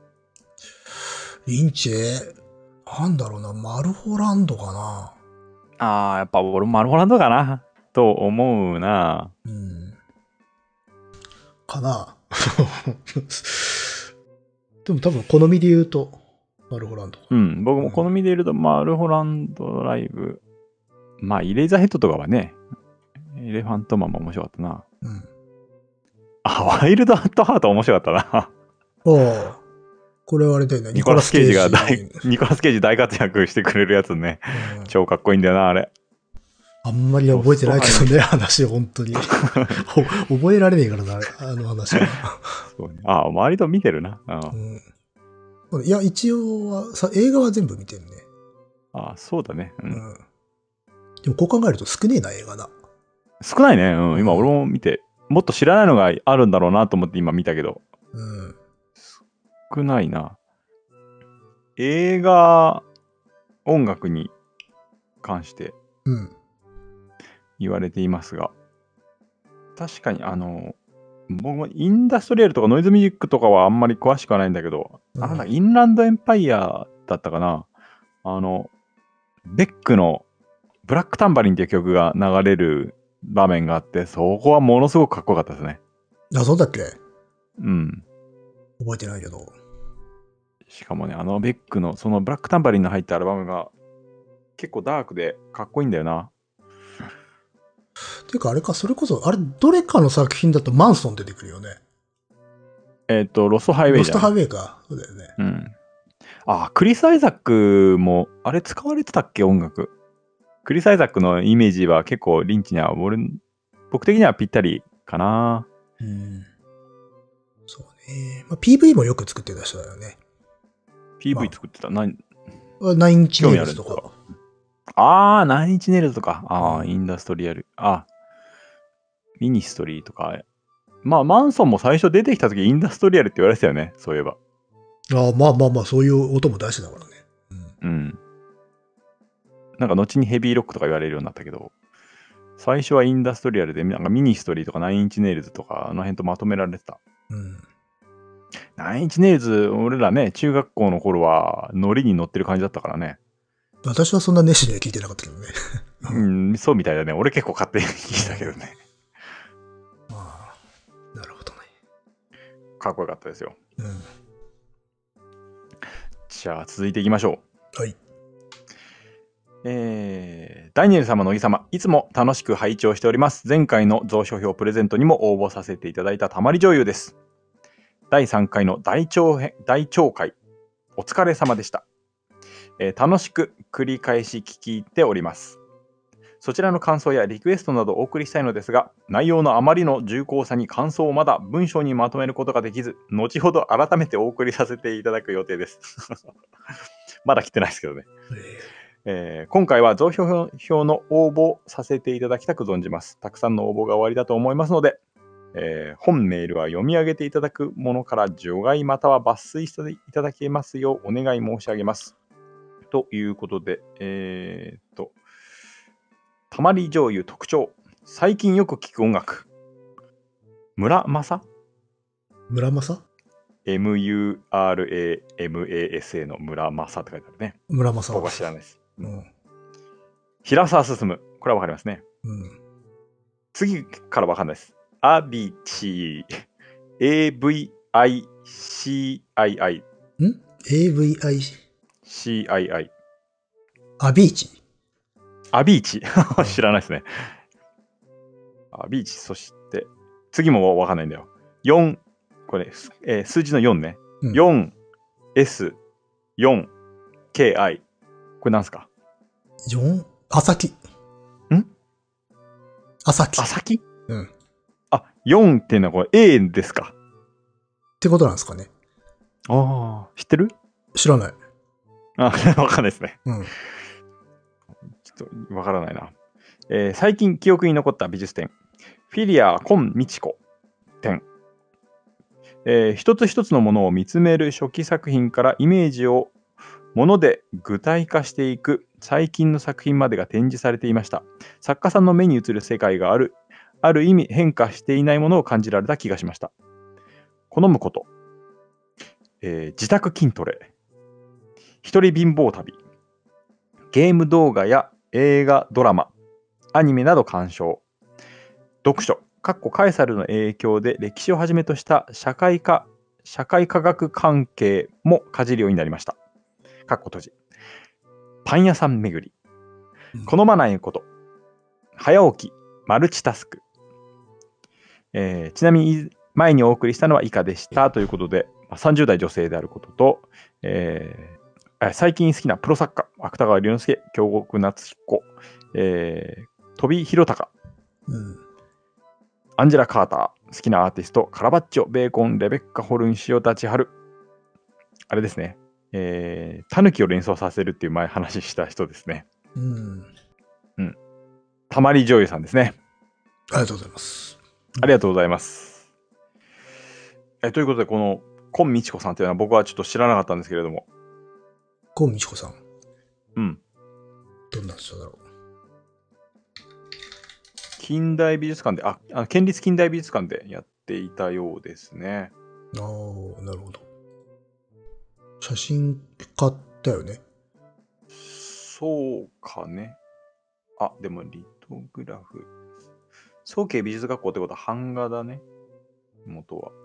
Speaker 2: リンチ、なんだろうな、マルホランドかな。
Speaker 1: やっぱ俺マルホランドかなと思うな。
Speaker 2: かな。でも多分好みで言うと、マルホランド。
Speaker 1: 僕も好みで言うと、マルホランドライブ。まあ、イレイザーヘッドとかはね、エレファントマンも面白かったな。ワイルドアットハート面白かったな。
Speaker 2: これはあれだよね。
Speaker 1: ニコラス・ケイジが大活躍してくれるやつね。超かっこいいんだよな、あれ。
Speaker 2: あんまり覚えてないけどね、話、本当に。覚えられねえからな、あの話は。
Speaker 1: 割と見てるな。
Speaker 2: いや、一応は、映画は全部見てるね。
Speaker 1: そうだね。
Speaker 2: でもこう考えると少ねえな、映画な。
Speaker 1: 少ないね。今俺も見て、もっと知らないのがあるんだろうなと思って今見たけど。少ないな。映画、音楽に関して言われていますが、確かに僕もインダストリアルとかノイズミュージックとかはあんまり詳しくはないんだけど、インランドエンパイアだったかな。ベックのブラックタンバリンっていう曲が流れる場面があって、そこはものすごくかっこよかったですね。
Speaker 2: そうだっけ？覚えてないけど。
Speaker 1: しかもね、ベックのそのブラックタンバリンの入ったアルバムが結構ダークでかっこいいんだよな。
Speaker 2: ていうかあれか、それこそ、どれかの作品だとマンソン出てくるよね。
Speaker 1: ロストハイウェイじゃん。
Speaker 2: ロストハイウェイか。そうだよね。
Speaker 1: クリス・アイザックも、あれ使われてたっけ、音楽。 クリス・アイザックのイメージは結構リンチには僕的にはぴったりかな。
Speaker 2: そうね。まあ、PV もよく作ってた人だよね。
Speaker 1: PV 作ってた。
Speaker 2: ナインチネイルズとか。
Speaker 1: ナインチネイルズとか。インダストリアル。ミニストリーとか。まあ、マンソンも最初出てきた時インダストリアルって言われてたよね。そういえば。
Speaker 2: まあ、そういう音も出してたからね。
Speaker 1: なんか後にヘビーロックとか言われるようになったけど、最初はインダストリアルで、なんかミニストリーとかナインインチネイルズとか、あの辺とまとめられてた。ナインインチネイルズ、俺らね、中学校の頃はノリに乗ってる感じだったからね。
Speaker 2: 私はそんな熱心には聞いてなかったけどね。
Speaker 1: そうみたいだね。俺結構勝手に聞いたけどね。
Speaker 2: なるほどね。
Speaker 1: かっこよかったですよ。じゃあ続いていきましょ
Speaker 2: う。はい。
Speaker 1: ダニエル様のおぎ様、いつも楽しく拝聴しております。前回の蔵書票プレゼントにも応募させていただいたたまり女優です。第3回の大腸会、お疲れ様でした。楽しく繰り返し聞き入っております。そちらの感想やリクエストなどお送りしたいのですが、内容のあまりの重厚さに感想をまだ文章にまとめることができず、後ほど改めてお送りさせていただく予定です。まだ来てないですけどね。今回は蔵書票の応募させていただきたく存じます。たくさんの応募が終わりだと思いますので、本メールは読み上げていただくものから除外または抜粋していただけますようお願い申し上げます。ということで、たまり醤油特徴。最近よく聞く音楽。村正
Speaker 2: 村正
Speaker 1: ?MURAMASA の村正って書いてあるね。
Speaker 2: 村正
Speaker 1: 僕は知らないです。平沢進。これはわかりますね。次からわかんないです。アビチー。AVICII。
Speaker 2: AVICII。アビーチ。
Speaker 1: アビーチ。知らないですね。アビーチ。そして、次もわかんないんだよ。4、これ、数字の4ね。4、S、4、KI。これなんすか？
Speaker 2: 4、朝木。朝木。
Speaker 1: 朝木4っていうのはこれ A ですか？
Speaker 2: ってことなんですかね。
Speaker 1: 知ってる？
Speaker 2: 知らない。
Speaker 1: わかんないですね。ちょっとわからないな。最近記憶に残った美術展。フィリア・コン・ミチコ展。一つ一つのものを見つめる初期作品からイメージをもので具体化していく最近の作品までが展示されていました。作家さんの目に映る世界がある意味変化していないものを感じられた気がしました。好むこと。自宅筋トレ。一人貧乏旅。ゲーム動画や映画、ドラマ、アニメなど鑑賞。読書。カエサルの影響で歴史をはじめとした社会科学関係もかじるようになりました。閉じ。パン屋さん巡り。好まないこと。早起き。マルチタスク。ちなみに前にお送りしたのは以下でしたということで、30代女性であることと、最近好きなプロ作家、芥川龍之介、京極夏彦、飛び弘隆、アンジェラ・カーター、好きなアーティスト、カラバッチョ、ベーコン、レベッカ・ホルン、塩田千春。あれですね。タヌキを連想させるっていう前話した人ですね。たまり醤油さんですね。
Speaker 2: ありがとうございます。
Speaker 1: ありがとうございます。ということで、この、今美智子さんというのは僕はちょっと知らなかったんですけれども。
Speaker 2: 今美智子さん。どんな人だろう。
Speaker 1: 近代美術館で、県立近代美術館でやっていたようですね。
Speaker 2: なるほど。写真家だよね。
Speaker 1: そうかね。でもリトグラフ。早慶美術学校ってことは版画だね。元は。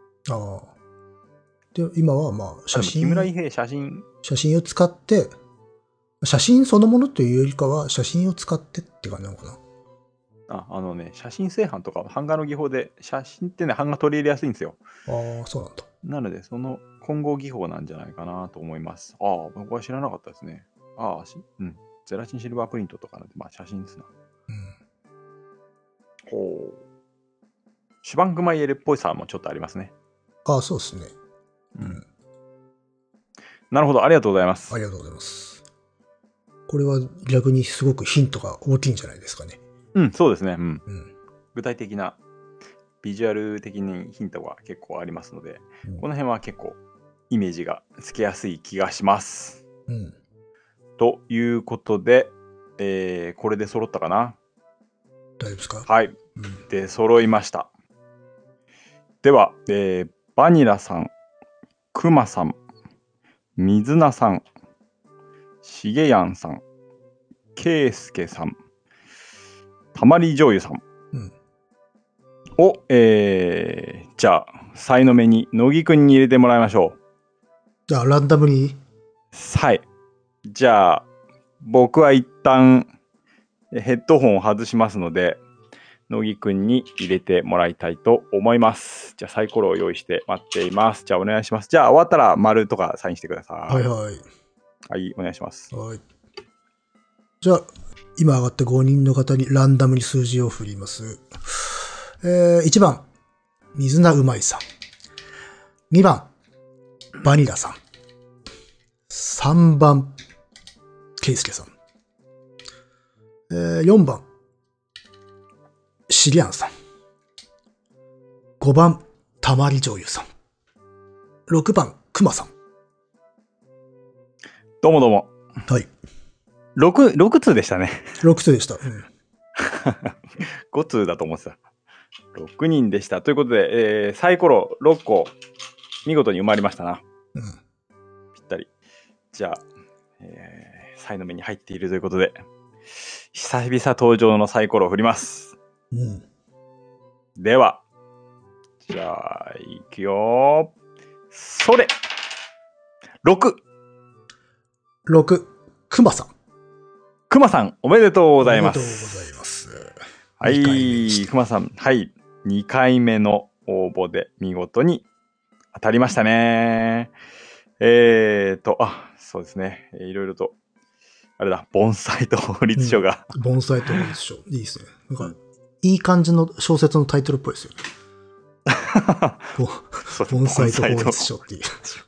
Speaker 2: で、今は写真。
Speaker 1: 木村伊兵衛写真
Speaker 2: を使って、写真そのものというよりかは写真を使ってって感じなのかな。
Speaker 1: 写真製版とか版画の技法で写真ってね、版画取り入れやすいんですよ。
Speaker 2: そうなんだ。
Speaker 1: なので、その混合技法なんじゃないかなと思います。僕は知らなかったですね。 ゼラチンシルバープリントとかなんて、まあ写真ですな。
Speaker 2: うん。
Speaker 1: ほう。シュバングマイエルっぽいさもちょっとありますね。
Speaker 2: ああ、そうですね。
Speaker 1: うん。なるほど、ありがとうございます。
Speaker 2: ありがとうございます。これは逆にすごくヒントが大きいんじゃないですかね。
Speaker 1: うん、そうですね。うん。
Speaker 2: うん、
Speaker 1: 具体的な、ビジュアル的にヒントが結構ありますので、
Speaker 2: うん、
Speaker 1: この辺は結構イメージがつけやすい気がします。
Speaker 2: うん。
Speaker 1: ということで、これで揃ったかな？
Speaker 2: 大丈夫ですか？
Speaker 1: はい。
Speaker 2: うん、
Speaker 1: で、揃いました。では、バニラさん、クマさん、水菜さん、しげやんさん、けいすけさん、たまり醤油さんを、じゃあ、さいの目に乃木くんに入れてもらいましょう。
Speaker 2: じゃあ、ランダムに。
Speaker 1: はい。じゃあ、僕は一旦ヘッドホンを外しますので、乃木くんに入れてもらいたいと思います。じゃあ、サイコロを用意して待っています。じゃあ、お願いします。じゃあ、終わったら丸とかサインしてください。
Speaker 2: はいはい。
Speaker 1: はい、お願いします。
Speaker 2: はい。じゃあ、今上がった5人の方にランダムに数字を振ります。1番、水菜うまいさん。2番、バニラさん。3番、ケイスケさん。4番、シリアンさん。5番、たまり醤油さん。6番、クマさん。
Speaker 1: どうもどうも。
Speaker 2: はい。
Speaker 1: 6通でしたね。
Speaker 2: 6通でした。うん、
Speaker 1: 5通だと思ってた。6人でした。ということで、サイコロ6個、見事に埋まりましたな。
Speaker 2: うん。
Speaker 1: ぴったり。じゃあ、サイの目に入っているということで、久々登場のサイコロを振ります。
Speaker 2: うん。
Speaker 1: では、じゃあ、いくよ。それ !6!
Speaker 2: 6、クマさん。
Speaker 1: くまさん、おめでとうございます。
Speaker 2: ありがとうございます。
Speaker 1: はい、くまさん、はい、2回目の応募で見事に当たりましたね。そうですね。いろいろと、あれだ、盆栽と法律書が、
Speaker 2: うん。盆栽と法律書。いいですね。なんか、いい感じの小説のタイトルっぽいですよね。盆栽と法律書っていう。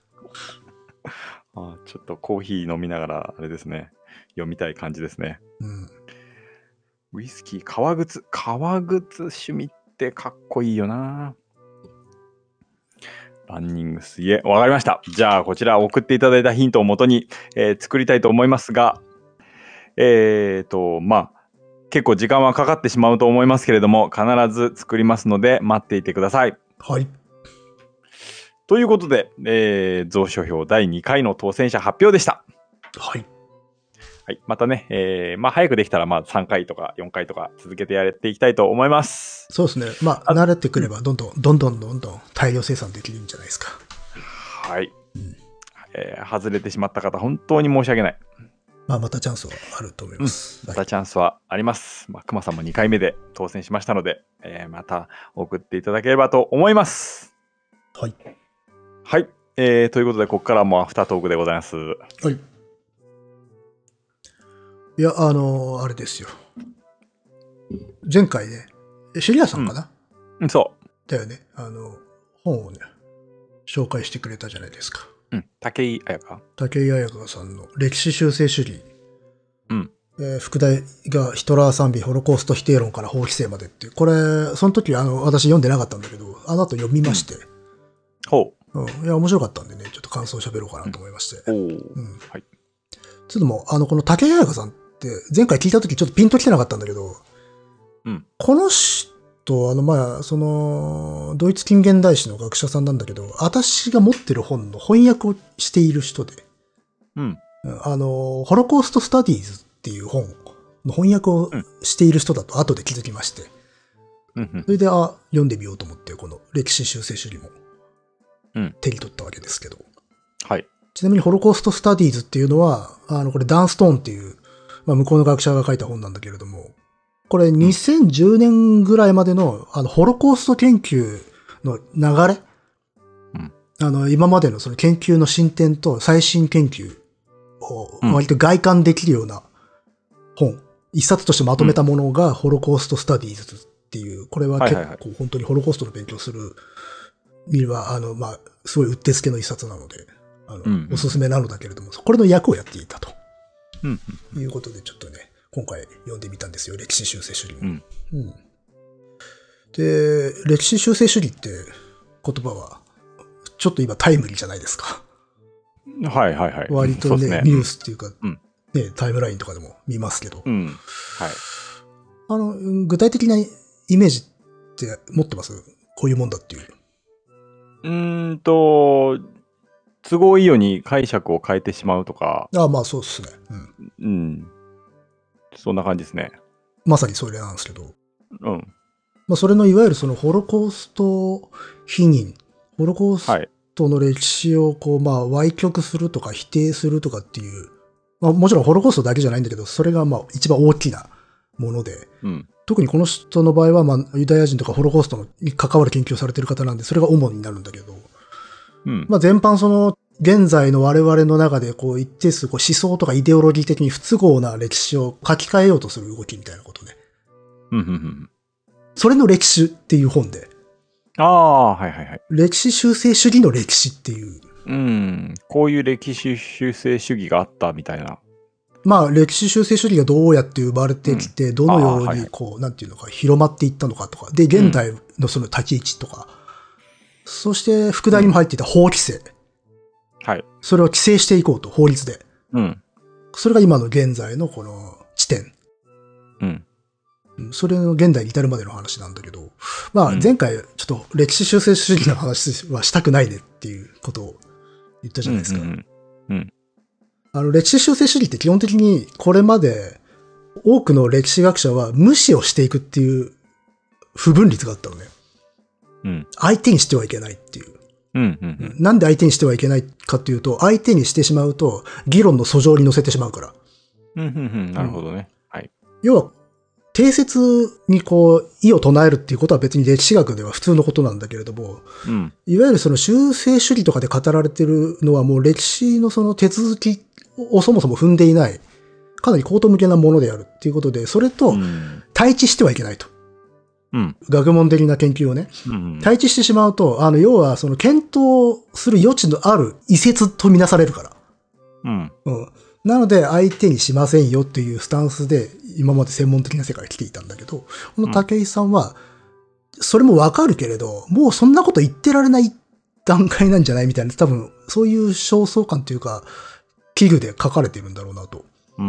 Speaker 1: ちょっとコーヒー飲みながら、あれですね。読みたい感じですね。
Speaker 2: うん。
Speaker 1: ウイスキー、革靴趣味ってかっこいいよな。ランニング水泳。わかりました。じゃあ、こちら送っていただいたヒントをもとに、作りたいと思いますが、まあ、結構時間はかかってしまうと思いますけれども、必ず作りますので、待っていてください。
Speaker 2: はい。
Speaker 1: ということで、蔵書票第2回の当選者発表でした。
Speaker 2: はい。
Speaker 1: はい。またね、まあ、早くできたら、まあ、3回とか4回とか続けてやっていきたいと思います。
Speaker 2: そうですね。まあ、慣れてくれば、どんどん大量生産できるんじゃないですか。
Speaker 1: はい。外れてしまった方、本当に申し訳ない。
Speaker 2: まあ、またチャンスはあると思います。
Speaker 1: またチャンスはあります。まあ、熊さんも2回目で当選しましたので、また送っていただければと思います。
Speaker 2: はい。
Speaker 1: はい。ということで、ここからもアフタートークでございます。はい。
Speaker 2: いや、あれですよ。前回ね、シリアさんかな、
Speaker 1: うん、そう。
Speaker 2: だよね。本をね、紹介してくれたじゃないですか。
Speaker 1: うん。武井彩香
Speaker 2: さんの歴史修正主義。
Speaker 1: うん。
Speaker 2: 副題がヒトラー賛美、ホロコースト否定論から法規制までっていう。これ、その時私読んでなかったんだけど、あの後読みまして。
Speaker 1: ほ
Speaker 2: う。いや、面白かったんでね、ちょっと感想を喋ろうかなと思いまして。
Speaker 1: うん。はい。
Speaker 2: ちょっともう、この武井彩香さんって、前回聞いた時ちょっとピンときてなかったんだけど、
Speaker 1: うん。
Speaker 2: この人、まあ、ドイツ近現代史の学者さんなんだけど、私が持ってる本の翻訳をしている人で、
Speaker 1: うん。
Speaker 2: ホロコーストスタディーズっていう本の翻訳をしている人だと後で気づきまして、それで、読んでみようと思って、この歴史修正主義も、手に取ったわけですけど。
Speaker 1: はい。
Speaker 2: ちなみにホロコーストスタディーズっていうのは、これダンストーンっていう、まあ、向こうの学者が書いた本なんだけれども、これ2010年ぐらいまでの、ホロコースト研究の流れ、今までのその研究の進展と最新研究を割と外観できるような一冊としてまとめたものが、ホロコーストスタディーズっていう、これは結構本当にホロコーストの勉強するには、まあ、すごいうってつけの一冊なので、おすすめなのだけれども、これの役をやっていたと。いうことで、ちょっとね、今回読んでみたんですよ、歴史修正主義も。で、歴史修正主義って言葉は、ちょっと今タイムリーじゃないですか。
Speaker 1: はいはいはい。
Speaker 2: 割とね、ニュースっていうか、ね、タイムラインとかでも見ますけど。はい。具体的なイメージって持ってます？こういうもんだっていう。
Speaker 1: 都合いいように解釈を変えてしまうとか。
Speaker 2: まあそうですね。
Speaker 1: そんな感じですね。
Speaker 2: まさにそれなんですけど。まあそれのいわゆるそのホロコースト否認、ホロコーストの歴史をこうまあ歪曲するとか否定するとかっていう、まあもちろんホロコーストだけじゃないんだけど、それがまあ一番大きなもので、特にこの人の場合はまあユダヤ人とかホロコーストに関わる研究をされている方なんで、それが主になるんだけど、まあ全般その現在の我々の中でこう一定数こう思想とかイデオロギー的に不都合な歴史を書き換えようとする動きみたいなことね。それの歴史っていう本で。歴史修正主義の歴史っていう。
Speaker 1: こういう歴史修正主義があったみたいな。
Speaker 2: まあ歴史修正主義がどうやって生まれてきて、どのようにこう、なんていうのか広まっていったのかとか。で、現代のその立ち位置とか。そして副題にも入っていた法規制。それを規制していこうと、法律で。それが今の現在のこの地点。それの現代に至るまでの話なんだけど、まあ前回ちょっと歴史修正主義の話はしたくないねっていうことを言ったじゃないですか。歴史修正主義って基本的にこれまで多くの歴史学者は無視をしていくっていう不分律があったのね。相手にしてはいけないっていう。なんで相手にしてはいけないかっていうと、相手にしてしまうと議論の訴状に乗せてしまうから。
Speaker 1: なるほどね。
Speaker 2: 要は定説にこう、異を唱えるっていうことは別に歴史学では普通のことなんだけれども、いわゆるその修正主義とかで語られてるのはもう歴史のその手続きをそもそも踏んでいない、かなり高等向けなものであるっていうことで、それと対峙してはいけないと。学問的な研究をね、対峙してしまうと、要はその検討する余地のある異説とみなされるから。なので相手にしませんよっていうスタンスで今まで専門的な世界に来ていたんだけど、この武井さんは、それもわかるけれど、もうそんなこと言ってられない段階なんじゃないみたいな、多分そういう焦燥感というか、危惧で書かれているんだろうなと。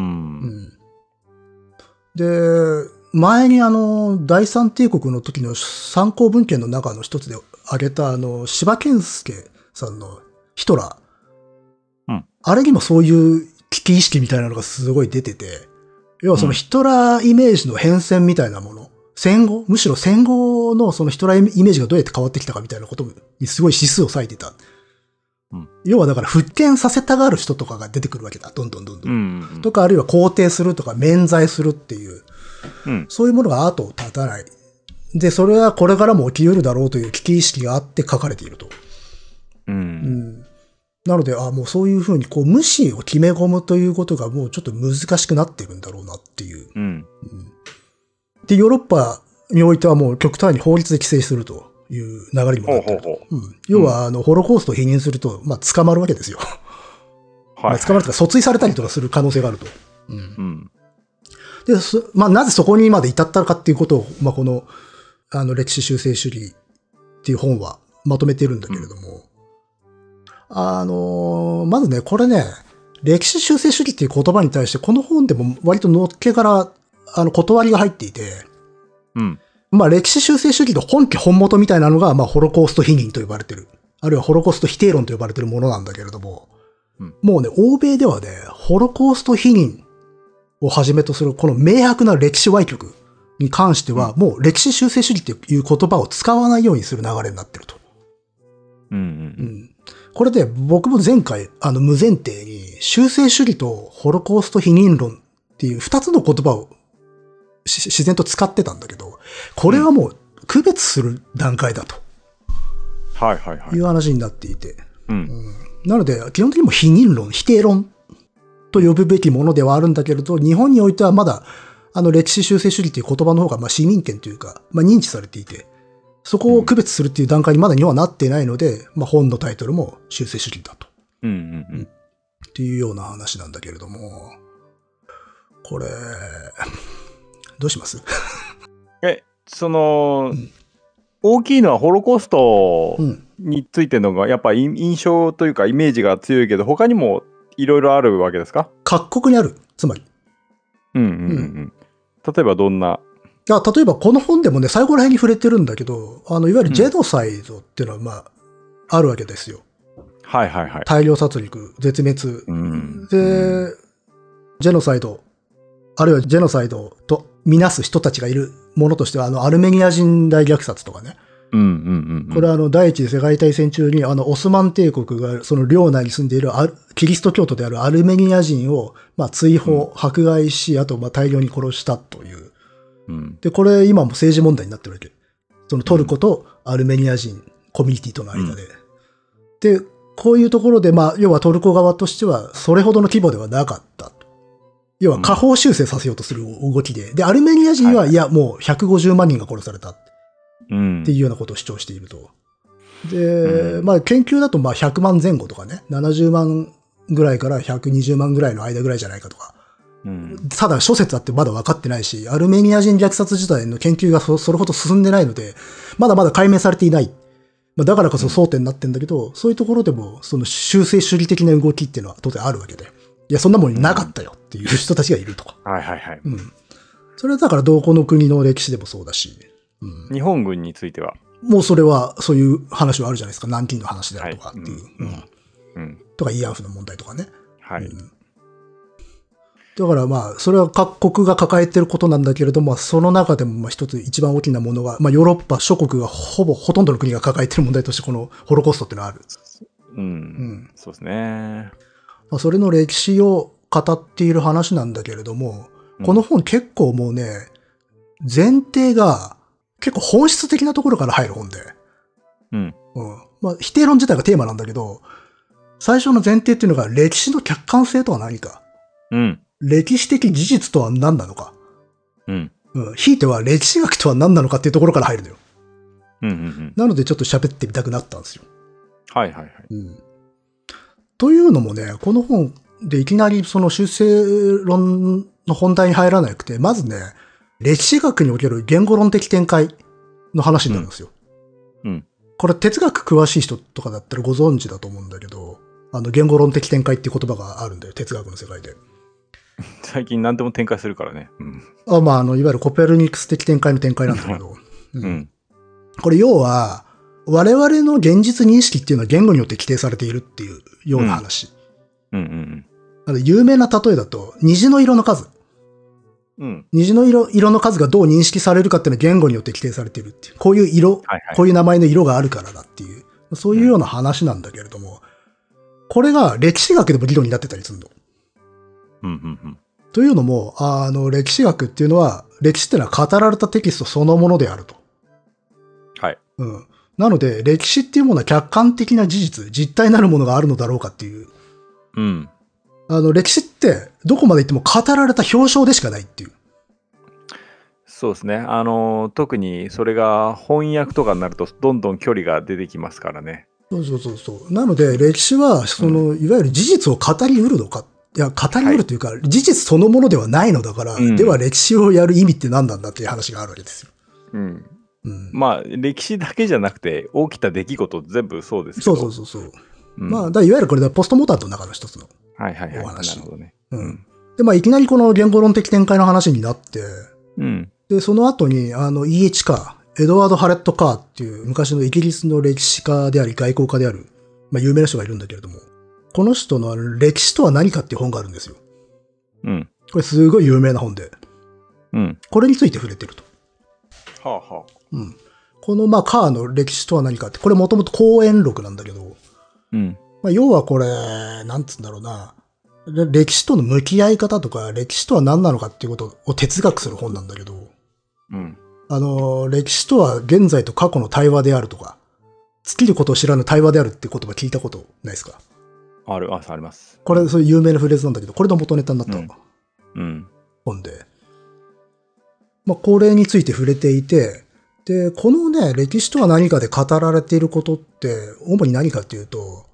Speaker 2: で、前に第三帝国の時の参考文献の中の一つで挙げた柴健介さんのヒトラー。あれにもそういう危機意識みたいなのがすごい出てて、要はそのヒトラーイメージの変遷みたいなもの、むしろ戦後のそのヒトラーイメージがどうやって変わってきたかみたいなことにすごい指数を割いてた。要はだから復権させたがる人とかが出てくるわけだ。どんどん。とかあるいは肯定するとか免罪するっていう、そういうものが後を絶たない。で、それはこれからも起き得るだろうという危機意識があって書かれていると。なので、もうそういうふうにこう無視を決め込むということがもうちょっと難しくなってるんだろうなっていう。で、ヨーロッパにおいてはもう極端に法律で規制するという流れにもなってると。要は、ホロコーストを否認すると、捕まるわけですよ。捕まるとか訴追されたりとかする可能性があると。で、なぜそこにまで至ったのかっていうことを、この、歴史修正主義っていう本はまとめてるんだけれども、まずね、これね、歴史修正主義っていう言葉に対して、この本でも割とのっけから、断りが入っていて、歴史修正主義の本家本元みたいなのが、ホロコースト否認と呼ばれてる。あるいはホロコースト否定論と呼ばれてるものなんだけれども、もうね、欧米ではね、ホロコースト否認をはじめとするこの明白な歴史歪曲に関しては、もう歴史修正主義っていう言葉を使わないようにする流れになってると。これで僕も前回無前提に修正主義とホロコースト否認論っていう二つの言葉を自然と使ってたんだけど、これはもう区別する段階だと。いう話になっていて。なので基本的にも否認論、否定論と呼ぶべきものではあるんだけれど、日本においてはまだ歴史修正主義っていう言葉の方が、市民権というか、認知されていて、そこを区別するっていう段階にまだ日本はなっていないので、本のタイトルも修正主義だと。っていうような話なんだけれども、これ、どうします？
Speaker 1: 大きいのはホロコーストについてのが、やっぱ印象というかイメージが強いけど、他にもいろいろあるわけですか？
Speaker 2: 各国にある、つまり。
Speaker 1: 例えばどんな？
Speaker 2: 例えばこの本でもね、最後ら辺に触れてるんだけど、いわゆるジェノサイドっていうのは、あるわけですよ。
Speaker 1: はいはいはい。
Speaker 2: 大量殺戮、絶滅。で、ジェノサイド、あるいはジェノサイドとみなす人たちがいるものとしては、アルメニア人大虐殺とかね。これは第一次世界大戦中にオスマン帝国がその領内に住んでいるキリスト教徒であるアルメニア人を追放、迫害し、あと大量に殺したという。で、これ今も政治問題になってるわけ。そのトルコとアルメニア人コミュニティとの間で。で、こういうところで、要はトルコ側としてはそれほどの規模ではなかったと。要は下方修正させようとする動きで。で、アルメニア人は、いや、もう150万人が殺された。っていうようなことを主張していると。で、研究だと100万前後とかね、70万ぐらいから120万ぐらいの間ぐらいじゃないかとか。ただ諸説あってまだ分かってないし、アルメニア人虐殺自体の研究がそれほど進んでないので、まだまだ解明されていない。だからこそ争点になってんだけど、そういうところでも、その修正主義的な動きっていうのは当然あるわけで。いや、そんなもんなかったよっていう人たちがいるとか。それはだからどこの国の歴史でもそうだし。
Speaker 1: 日本軍については
Speaker 2: もうそれは、そういう話はあるじゃないですか。南京の話であるとかっていう。とか、慰安婦の問題とかね。だからそれは各国が抱えてることなんだけれども、その中でも一つ一番大きなものが、ヨーロッパ諸国がほとんどの国が抱えてる問題として、このホロコーストっていうのがある。
Speaker 1: そうですね。
Speaker 2: それの歴史を語っている話なんだけれども、この本結構もうね、前提が結構本質的なところから入る本で。否定論自体がテーマなんだけど、最初の前提っていうのが歴史の客観性とは何か。歴史的事実とは何なのか。ひいては歴史学とは何なのかっていうところから入るのよ。なのでちょっと喋ってみたくなったんですよ。というのもね、この本でいきなりその修正論の本題に入らなくて、まずね、歴史学における言語論的展開の話になるんですよ。これ哲学詳しい人とかだったらご存知だと思うんだけど、言語論的展開っていう言葉があるんだよ、哲学の世界で。
Speaker 1: 最近何でも展開するからね。
Speaker 2: いわゆるコペルニクス的展開の展開なんだけど。これ要は、我々の現実認識っていうのは言語によって規定されているっていうような話。有名な例えだと、虹の色の数。虹の色の数がどう認識されるかっていうのは言語によって規定されているっていう。こういう色、こういう名前の色があるからだっていう。そういうような話なんだけれども、これが歴史学でも議論になってたりするの。というのも、歴史学っていうのは、歴史っていうのは語られたテキストそのものであると。なので、歴史っていうものは客観的な事実、実体なるものがあるのだろうかっていう。歴史ってどこまで行っても語られた表象でしかないっていう。
Speaker 1: そうですね。特にそれが翻訳とかになるとどんどん距離が出てきますからね。
Speaker 2: なので歴史はいわゆる事実を語り得るのか。いや、語り得るというか、事実そのものではないのだから、では歴史をやる意味って何なんだっていう話があるわけですよ。
Speaker 1: 歴史だけじゃなくて起きた出来事全部そうですけど。
Speaker 2: いわゆるこれでポストモダンの中の一つのお話。
Speaker 1: なるほどね。
Speaker 2: で、いきなりこの言語論的展開の話になって、で、その後に、E.H. カー、エドワード・ハレット・カーっていう昔のイギリスの歴史家であり外交家である、有名な人がいるんだけれども、この人の歴史とは何かっていう本があるんですよ。これすごい有名な本で。これについて触れてると。このカーの歴史とは何かって、これもともと講演録なんだけど、要はこれ、なんつうんだろうな、歴史との向き合い方とか、歴史とは何なのかっていうことを哲学する本なんだけど、歴史とは現在と過去の対話であるとか、尽きることを知らぬ対話であるって言葉聞いたことないですか？
Speaker 1: あります。
Speaker 2: これ、そういう有名なフレーズなんだけど、これの元ネタになった本で。 まあ、これについて触れていて、で、このね、歴史とは何かで語られていることって、主に何かっていうと、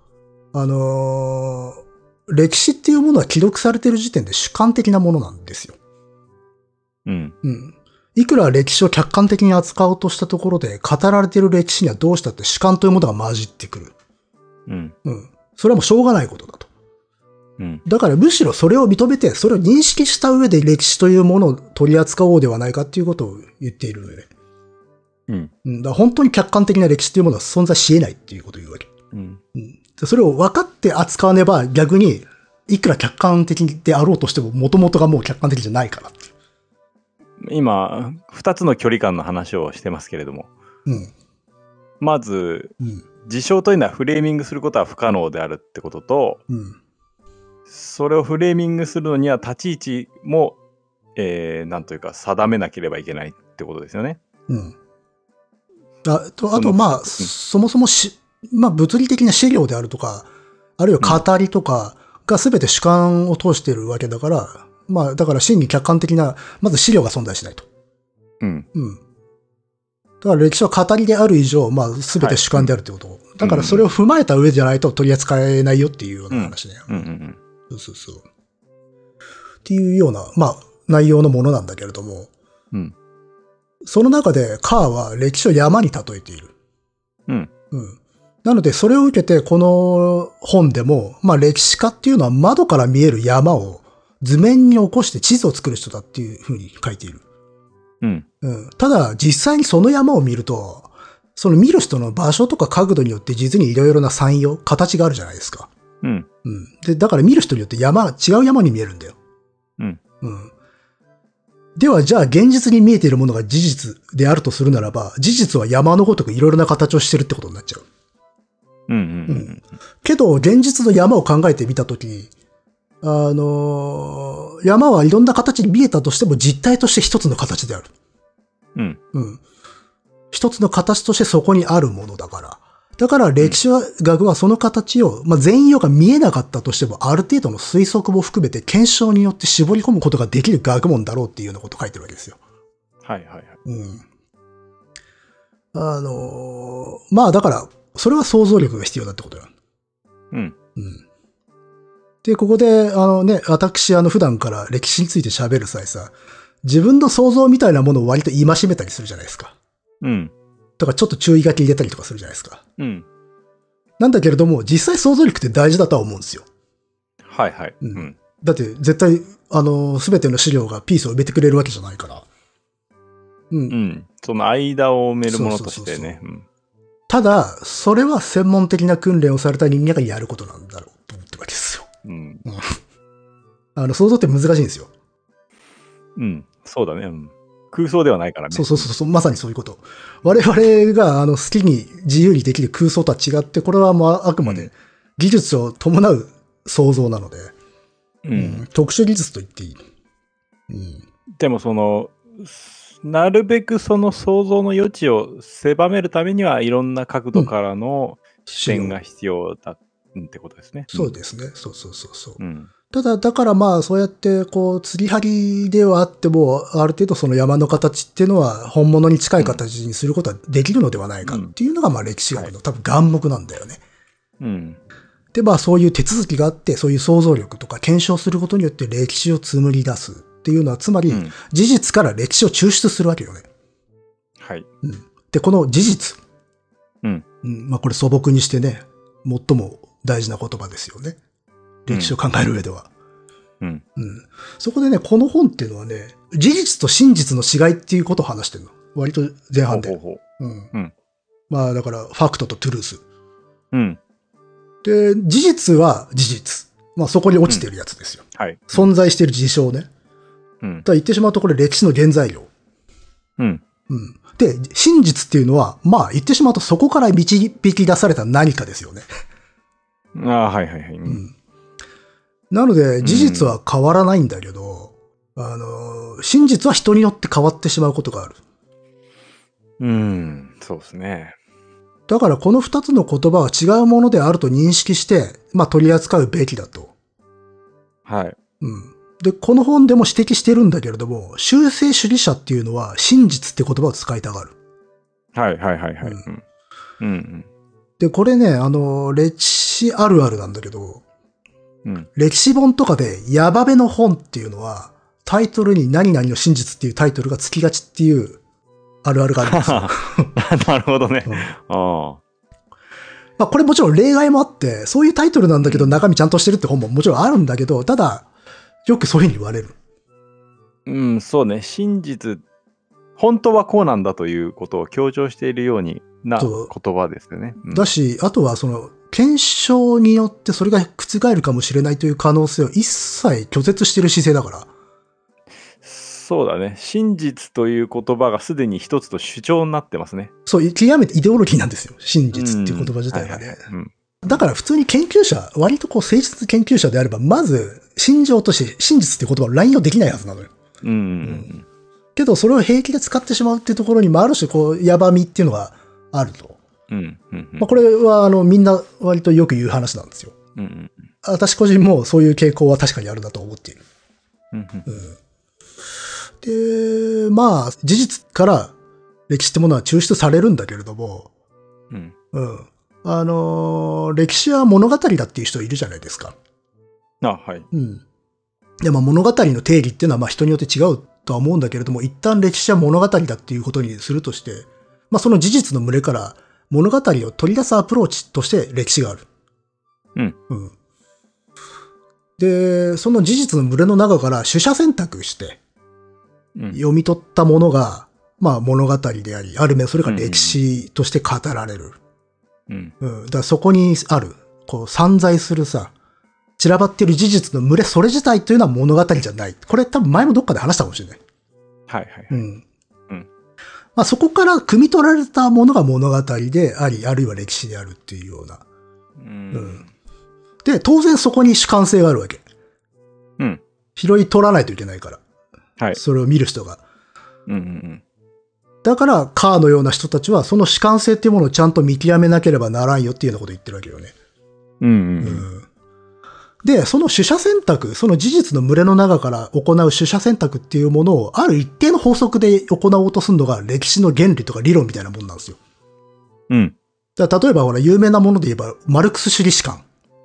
Speaker 2: 歴史っていうものは記録されている時点で主観的なものなんですよ。
Speaker 1: うん。
Speaker 2: うん。いくら歴史を客観的に扱おうとしたところで、語られている歴史にはどうしたって主観というものが混じってくる。
Speaker 1: うん。
Speaker 2: うん。それはもうしょうがないことだと。
Speaker 1: うん。
Speaker 2: だからむしろそれを認めて、それを認識した上で歴史というものを取り扱おうではないかっていうことを言っているのでね。うん。だから本当に客観的な歴史というものは存在し得ないっていうことを言うわけ。
Speaker 1: うん。
Speaker 2: それを分かって扱わねば逆に、いくら客観的であろうとしても元々がもう客観的じゃないからっていう。
Speaker 1: 今、二つの距離感の話をしてますけれども。
Speaker 2: うん。
Speaker 1: まず、
Speaker 2: うん。
Speaker 1: 事象というのはフレーミングすることは不可能であるってことと、
Speaker 2: うん。
Speaker 1: それをフレーミングするのには立ち位置も、なんというか定めなければいけないってことですよね。
Speaker 2: うん。あとまあ、そもそもまあ物理的な資料であるとか、あるいは語りとかが全て主観を通しているわけだから、まあだから真に客観的な、まず資料が存在しないと。
Speaker 1: うん。
Speaker 2: うん。だから歴史は語りである以上、まあ全て主観であるってこと。だからそれを踏まえた上じゃないと取り扱えないよっていうような話ね。そう。っていうような、まあ内容のものなんだけれども、
Speaker 1: うん。
Speaker 2: その中でカーは歴史を山に例えている。
Speaker 1: うん。
Speaker 2: うん。なので、それを受けて、この本でも、まあ歴史家っていうのは窓から見える山を図面に起こして地図を作る人だっていうふうに書いている。
Speaker 1: うん。
Speaker 2: うん。ただ、実際にその山を見ると、その見る人の場所とか角度によって実にいろいろな産業、形があるじゃないですか。
Speaker 1: うん。
Speaker 2: うん。で、だから見る人によって違う山に見えるんだよ。
Speaker 1: うん。
Speaker 2: うん。では、じゃあ現実に見えているものが事実であるとするならば、事実は山のごとくいろいろな形をしてるってことになっちゃう。けど、現実の山を考えてみたとき、山はいろんな形に見えたとしても実体として一つの形である。
Speaker 1: うん。
Speaker 2: うん。一つの形としてそこにあるものだから。だから歴史学はその形を、まあ、全容が見えなかったとしても、ある程度の推測も含めて検証によって絞り込むことができる学問だろうっていうようなことを書いてるわけですよ。
Speaker 1: はいはいはい。
Speaker 2: うん。まあだから、それは想像力が必要だってことよ。
Speaker 1: うん。
Speaker 2: うん。で、ここで、私、普段から歴史について喋る際さ、自分の想像みたいなものを割と戒めたりするじゃないですか。
Speaker 1: うん。
Speaker 2: とか、ちょっと注意書き入れたりとかするじゃないですか。
Speaker 1: うん。
Speaker 2: なんだけれども、実際想像力って大事だとは思うんですよ。
Speaker 1: はいはい。
Speaker 2: うん。だって、絶対、すべての資料がピースを埋めてくれるわけじゃないから。
Speaker 1: うん。その間を埋めるものとしてね。
Speaker 2: ただ、それは専門的な訓練をされた人間がやることなんだろうと思ってるわけですよ。うん。想像って難しいんですよ。
Speaker 1: うん。そうだね。空想ではないからね。
Speaker 2: そう。まさにそういうこと。我々が、好きに自由にできる空想とは違って、これはもうあくまで技術を伴う想像なので、特殊技術と言っていい。
Speaker 1: でもなるべくその想像の余地を狭めるためにはいろんな角度からの視点が必要だってことですね。
Speaker 2: そうですね。そう。ただ、だからまあ、そうやって、継ぎはぎではあっても、ある程度その山の形っていうのは本物に近い形にすることはできるのではないかっていうのが、まあ歴史学の多分眼目なんだよね。で、まあそういう手続きがあって、そういう想像力とか検証することによって歴史を紡り出すっていうのは、つまり、事実から歴史を抽出するわけよね。
Speaker 1: はい。
Speaker 2: で、この事実。まあこれ素朴にしてね、最も大事な言葉ですよね。歴史を考える上では。そこでね、この本っていうのはね、事実と真実の違いっていうことを話してるの。割と前半で。まあだから、ファクトとトゥルース。で、事実は事実。まあそこに落ちてるやつですよ。存在している事象ね。だから言ってしまうとこれ歴史の原材料。で、真実っていうのは、まあ言ってしまうとそこから導き出された何かですよね。なので、事実は変わらないんだけど、真実は人によって変わってしまうことがある。
Speaker 1: そうですね。
Speaker 2: だからこの二つの言葉は違うものであると認識して、まあ取り扱うべきだと。 で、この本でも指摘してるんだけれども、修正主義者っていうのは真実って言葉を使いたがる。
Speaker 1: はいはいはいはい。うんうん、
Speaker 2: で、これね、歴史あるあるなんだけど、
Speaker 1: うん、
Speaker 2: 歴史本とかでヤバめの本っていうのは、タイトルに何々の真実っていうタイトルがつきがちっていうあるあるがあるんですよ。
Speaker 1: なるほどね。
Speaker 2: まあこれもちろん例外もあって、そういうタイトルなんだけど中身ちゃんとしてるって本ももちろんあるんだけど、ただ、よくそういうふうに言われる。
Speaker 1: うん、そうね。真実、本当はこうなんだということを強調しているような言葉ですよね。
Speaker 2: だし、あとは検証によってそれが覆るかもしれないという可能性を一切拒絶している姿勢だから。
Speaker 1: そうだね。真実という言葉がすでに一つと主張になってますね。
Speaker 2: そう、極めてイデオロギーなんですよ。真実っていう言葉自体がね。だから普通に研究者、割と誠実研究者であれば、まず、心情として真実っていう言葉を乱用できないはずなのよ。けど、それを平気で使ってしまうっていうところにもある種、やばみっていうのがあると。まあ、これは、みんな割とよく言う話なんですよ。私個人もそういう傾向は確かにあるなと思っている。で、まあ、事実から歴史ってものは抽出されるんだけれども、歴史は物語だっていう人いるじゃないですか。
Speaker 1: はい。
Speaker 2: で、まあ物語の定義っていうのはまあ人によって違うとは思うんだけれども、一旦歴史は物語だっていうことにするとして、まあその事実の群れから物語を取り出すアプローチとして歴史がある。で、その事実の群れの中から取捨選択して、読み取ったものが、まあ物語であり、ある面それが歴史として語られる。だからそこにある、散在するさ、散らばっている事実の群れ、それ自体というのは物語じゃない。これ多分前もどっかで話したかもしれない。まあそこから汲み取られたものが物語であり、あるいは歴史であるっていうような。で、当然そこに主観性があるわけ。拾い取らないといけないから。それを見る人が。だから、カーのような人たちは、その主観性っていうものをちゃんと見極めなければならんよっていうようなことを言ってるわけよね。で、その取捨選択、その事実の群れの中から行う取捨選択っていうものを、ある一定の法則で行おうとするのが歴史の原理とか理論みたいなもんなんですよ。だから例えば、ほら、有名なもので言えば、マルクス主義史観。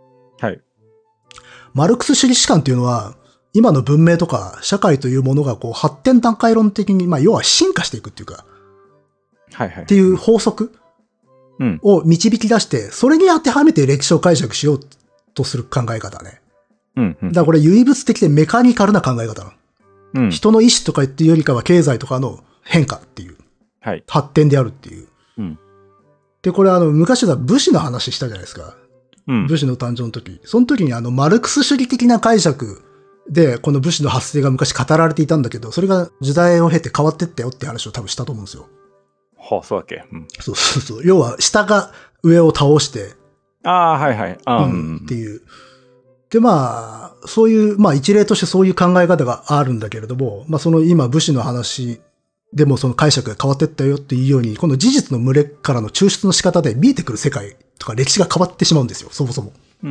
Speaker 2: マルクス主義史観っていうのは、今の文明とか社会というものが発展段階論的に、まあ要は進化していくっていうか、っていう法則を導き出して、それに当てはめて歴史を解釈しようとする考え方ね。だからこれ唯物的でメカニカルな考え方なの。人の意思とかっていうよりかは経済とかの変化っていう、発展であるっていう。で、これ昔は武士の話したじゃないですか。武士の誕生の時。その時にマルクス主義的な解釈で、この武士の発生が昔語られていたんだけど、それが時代を経て変わってったよって話を多分したと思うんですよ。
Speaker 1: はあ、そうだっけ。
Speaker 2: そう。要は、下が上を倒して。っていう。で、まあ、そういう、まあ一例としてそういう考え方があるんだけれども、まあその今武士の話でもその解釈が変わってったよっていうように、この事実の群れからの抽出の仕方で見えてくる世界とか歴史が変わってしまうんですよ、そもそも。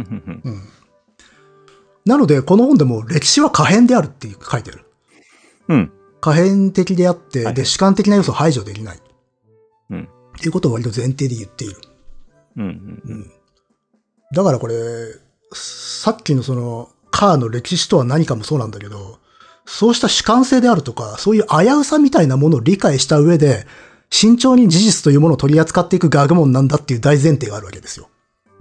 Speaker 2: なので、この本でも歴史は可変であるって書いてある。可変的であって、で、主観的な要素を排除できない。っていうことを割と前提で言っている。だからこれ、さっきのカーの歴史とは何かもそうなんだけど、そうした主観性であるとか、そういう危うさみたいなものを理解した上で、慎重に事実というものを取り扱っていく学問なんだっていう大前提があるわけですよ。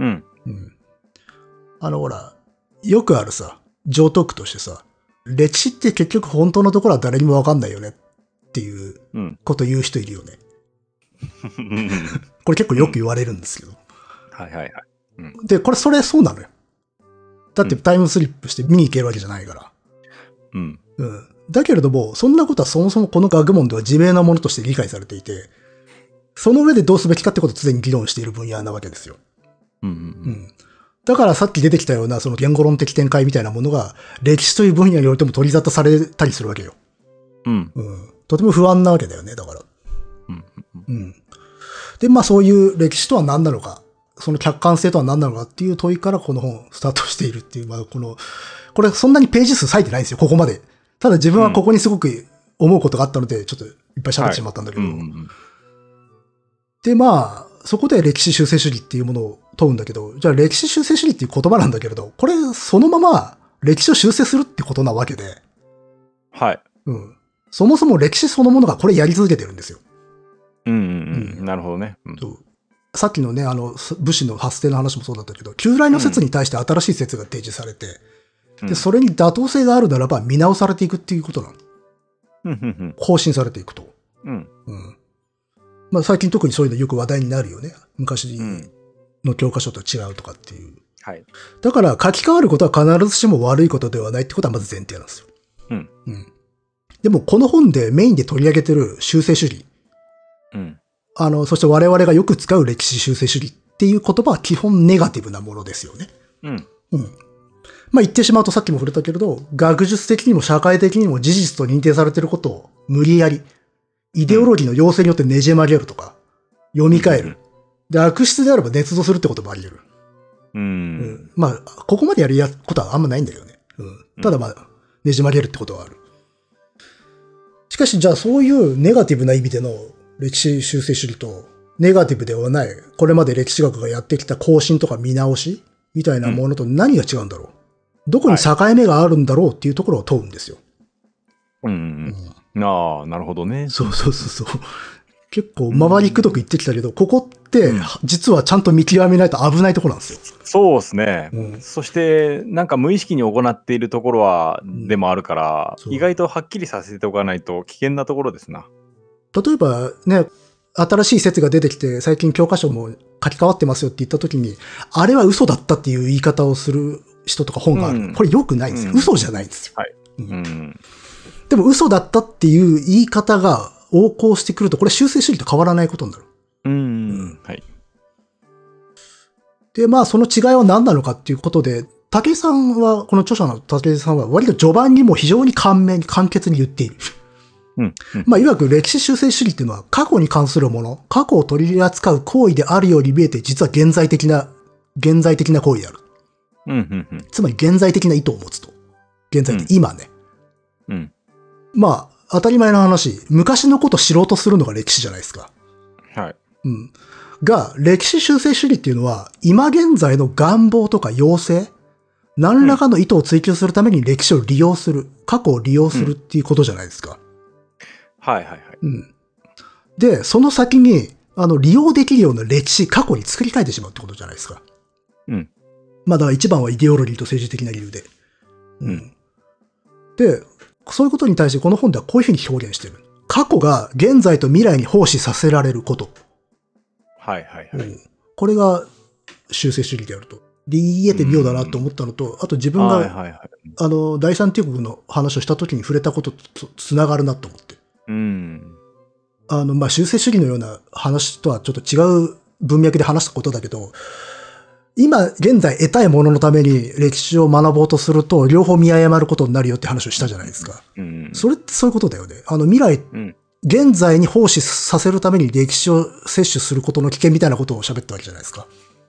Speaker 2: ほら、よくあるさ、常套句としてさ、歴史って結局本当のところは誰にもわかんないよねっていうこと言う人いるよね。これ結構よく言われるんですけど。で、それそうなのよ。だってタイムスリップして見に行けるわけじゃないから。だけれども、そんなことはそもそもこの学問では自明なものとして理解されていて、その上でどうすべきかってことを常に議論している分野なわけですよ。だからさっき出てきたようなその言語論的展開みたいなものが歴史という分野においても取り沙汰されたりするわけよ。とても不安なわけだよね、だから。で、まあそういう歴史とは何なのか、その客観性とは何なのかっていう問いからこの本スタートしているっていう、まあここれそんなにページ数割いてないんですよ、ここまで。ただ自分はここにすごく思うことがあったので、ちょっといっぱい喋ってしまったんだけど。で、まあ、そこで歴史修正主義っていうものを問うんだけど、じゃあ歴史修正主義っていう言葉なんだけれど、これそのまま歴史を修正するってことなわけで。
Speaker 1: はい。
Speaker 2: うん。そもそも歴史そのものがこれやり続けてるんですよ。
Speaker 1: なるほどね。
Speaker 2: さっきのね、武士の発生の話もそうだったけど、旧来の説に対して新しい説が提示されて、で、それに妥当性があるならば見直されていくっていうことなの。更新されていくと。まあ最近特にそういうのよく話題になるよね。昔の教科書と違うとかっていう。
Speaker 1: はい。
Speaker 2: だから書き換わることは必ずしも悪いことではないってことはまず前提なんですよ。でもこの本でメインで取り上げてる修正主義。そして我々がよく使う歴史修正主義っていう言葉は基本ネガティブなものですよね。まあ言ってしまうとさっきも触れたけれど、学術的にも社会的にも事実と認定されていることを無理やり、イデオロギーの要請によってねじ曲げるとか、読み替える。で、悪質であれば捏造するってこともあり得る。まあ、ここまでやることはあんまないんだけどね。ただまあ、ねじ曲げるってことはある。しかし、じゃあそういうネガティブな意味での歴史修正主義と、ネガティブではない、これまで歴史学がやってきた更新とか見直しみたいなものと何が違うんだろう。どこに境目があるんだろうっていうところを問うんですよ。
Speaker 1: ああ、なるほどね。
Speaker 2: そう。結構回りくどく言ってきたけど、ここって実はちゃんと見極めないと危ないところなんですよ。
Speaker 1: そうですね。そしてなんか無意識に行っているところはでもあるから、意外とはっきりさせておかないと危険なところですな。
Speaker 2: 例えばね、新しい説が出てきて最近教科書も書き換わってますよって言った時に、あれは嘘だったっていう言い方をする人とか本がある。これ良くないんですよ。嘘じゃないんですよ。でも嘘だったっていう言い方が横行してくると、これ修正主義と変わらないことになる。
Speaker 1: はい。
Speaker 2: で、まあその違いは何なのかっていうことで、武井さんは、この著者の武井さんは割と序盤にも非常に簡潔に言っている。まあ、いわく歴史修正主義っていうのは過去に関するもの、過去を取り扱う行為であるように見えて、実は現在的な行為である。つまり現在的な意図を持つと。現在って今ね。まあ、当たり前の話、昔のことを知ろうとするのが歴史じゃないですか。
Speaker 1: はい。
Speaker 2: が、歴史修正主義っていうのは、今現在の願望とか要請、何らかの意図を追求するために歴史を利用する、過去を利用するっていうことじゃないですか。で、その先に、利用できるような歴史、過去に作り変えてしまうってことじゃないですか。まあ、だから一番はイデオロギーと政治的な理由で。で、そういうことに対してこの本ではこういうふうに表現してる。過去が現在と未来に奉仕させられること。これが修正主義であると。言えてみようだなと思ったのと、あと自分が、第三帝国の話をした時に触れたこととつながるなと思って。まあ、修正主義のような話とはちょっと違う文脈で話したことだけど、今、現在得たいもののために歴史を学ぼうとすると、両方見誤ることになるよって話をしたじゃないですか。それってそういうことだよね。未来、現在に奉仕させるために歴史を摂取することの危険みたいなことを喋ったわけじゃないですか。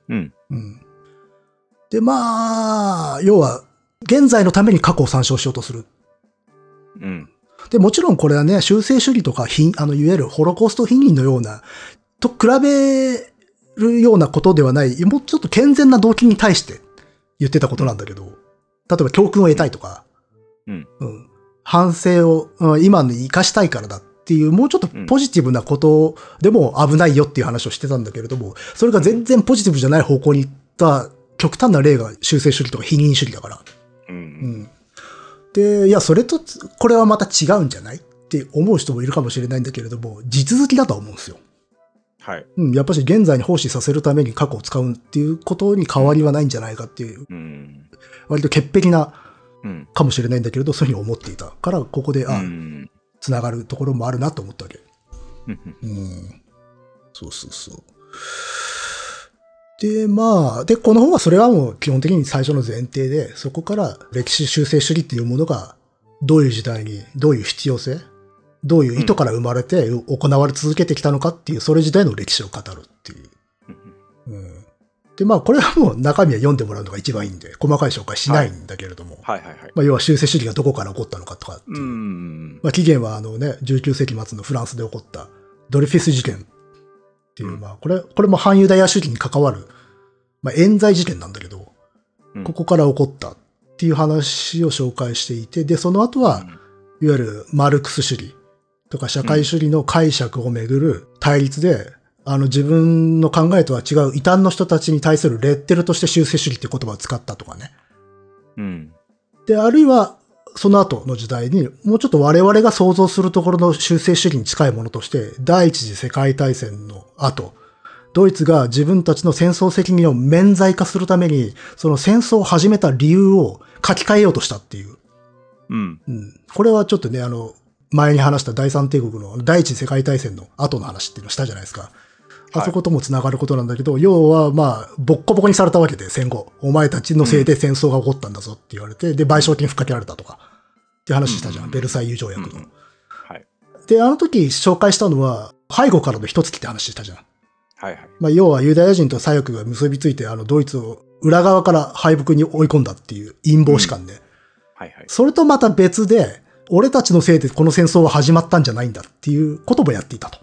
Speaker 2: で、まあ、要は、現在のために過去を参照しようとする。で、もちろんこれはね、修正主義とか、いわゆるホロコースト否認のような、と比べるようなことではない、もうちょっと健全な動機に対して言ってたことなんだけど、例えば教訓を得たいとか、反省を、今に生かしたいからだっていう、もうちょっとポジティブなことでも危ないよっていう話をしてたんだけれども、それが全然ポジティブじゃない方向に行った極端な例が修正主義とか否認主義だから。で、いや、それと、これはまた違うんじゃないって思う人もいるかもしれないんだけれども、地続きだと思うんですよ。やっぱり現在に奉仕させるために過去を使うっていうことに変わりはないんじゃないかっていう、割と潔癖なかもしれないんだけれど、そういうふうに思っていたから、ここで、つながるところもあるなと思ったわけ。そう。で、まあ、この本はそれはもう基本的に最初の前提で、そこから歴史修正主義っていうものが、どういう時代に、どういう必要性、どういう意図から生まれて行われ続けてきたのかっていう、それ自体の歴史を語るっていう。 で、まあこれはもう中身は読んでもらうのが一番いいんで、細かい紹介しないんだけれども。
Speaker 1: はいはいはい。
Speaker 2: まあ要は修正主義がどこから起こったのかとかっていう。まあ起源は19世紀末のフランスで起こったドレフィス事件っていう、まあこれも反ユダヤ主義に関わる、まあ冤罪事件なんだけど、ここから起こったっていう話を紹介していて、で、その後は、いわゆるマルクス主義とか社会主義の解釈をめぐる対立で、自分の考えとは違う異端の人たちに対するレッテルとして修正主義っていう言葉を使ったとかね。で、あるいは、その後の時代に、もうちょっと我々が想像するところの修正主義に近いものとして、第一次世界大戦の後、ドイツが自分たちの戦争責任を免罪化するために、その戦争を始めた理由を書き換えようとしたっていう。これはちょっとね、前に話した第三帝国の第一次世界大戦の後の話っていうのをしたじゃないですか。あそことも繋がることなんだけど、要はまあ、ボッコボコにされたわけで、戦後。お前たちのせいで戦争が起こったんだぞって言われて、で、賠償金ふっかけられたとか。って話したじゃん。ベルサイユ条約の。で、あの時紹介したのは、背後からの一突きって話したじゃん。まあ、要はユダヤ人と左翼が結びついて、ドイツを裏側から敗北に追い込んだっていう陰謀士観で。それとまた別で、俺たちのせいでこの戦争は始まったんじゃないんだっていうこともやっていたと。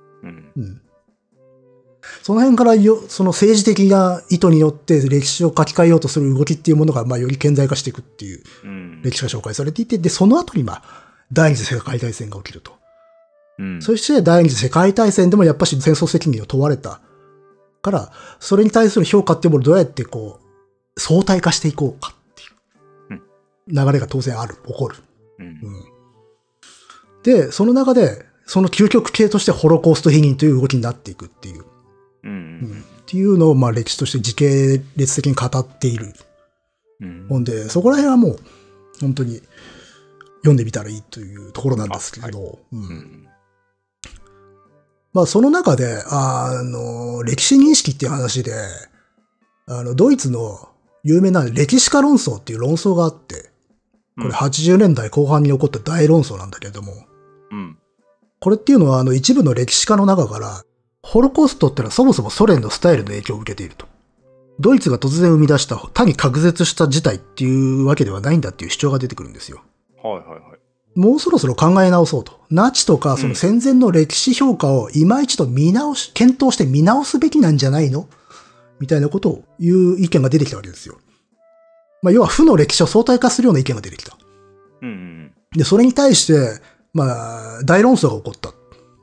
Speaker 2: その辺からその政治的な意図によって歴史を書き換えようとする動きっていうものが、まあより顕在化していくっていう歴史が紹介されていて、で、その後にまあ、第二次世界大戦が起きると。そして第二次世界大戦でもやっぱし戦争責任を問われたから、それに対する評価っていうものをどうやってこう、相対化していこうかっていう流れが当然起こる。で、その中で、その究極系としてホロコースト否認という動きになっていくっていう。っていうのを、まあ歴史として時系列的に語っている。ほんで、そこら辺はもう、本当に読んでみたらいいというところなんですけど、まあその中で、歴史認識っていう話で、ドイツの有名な歴史家論争っていう論争があって、これ80年代後半に起こった大論争なんだけれども、これっていうのは一部の歴史家の中から、ホロコーストってのはそもそもソ連のスタイルの影響を受けていると。ドイツが突然生み出した他に隔絶した事態っていうわけではないんだっていう主張が出てくるんですよ。もうそろそろ考え直そうと。ナチとかその戦前の歴史評価を今一度検討して見直すべきなんじゃないのみたいなことを言う意見が出てきたわけですよ。まあ要は負の歴史を相対化するような意見が出てきた。で、それに対して、まあ、大論争が起こった。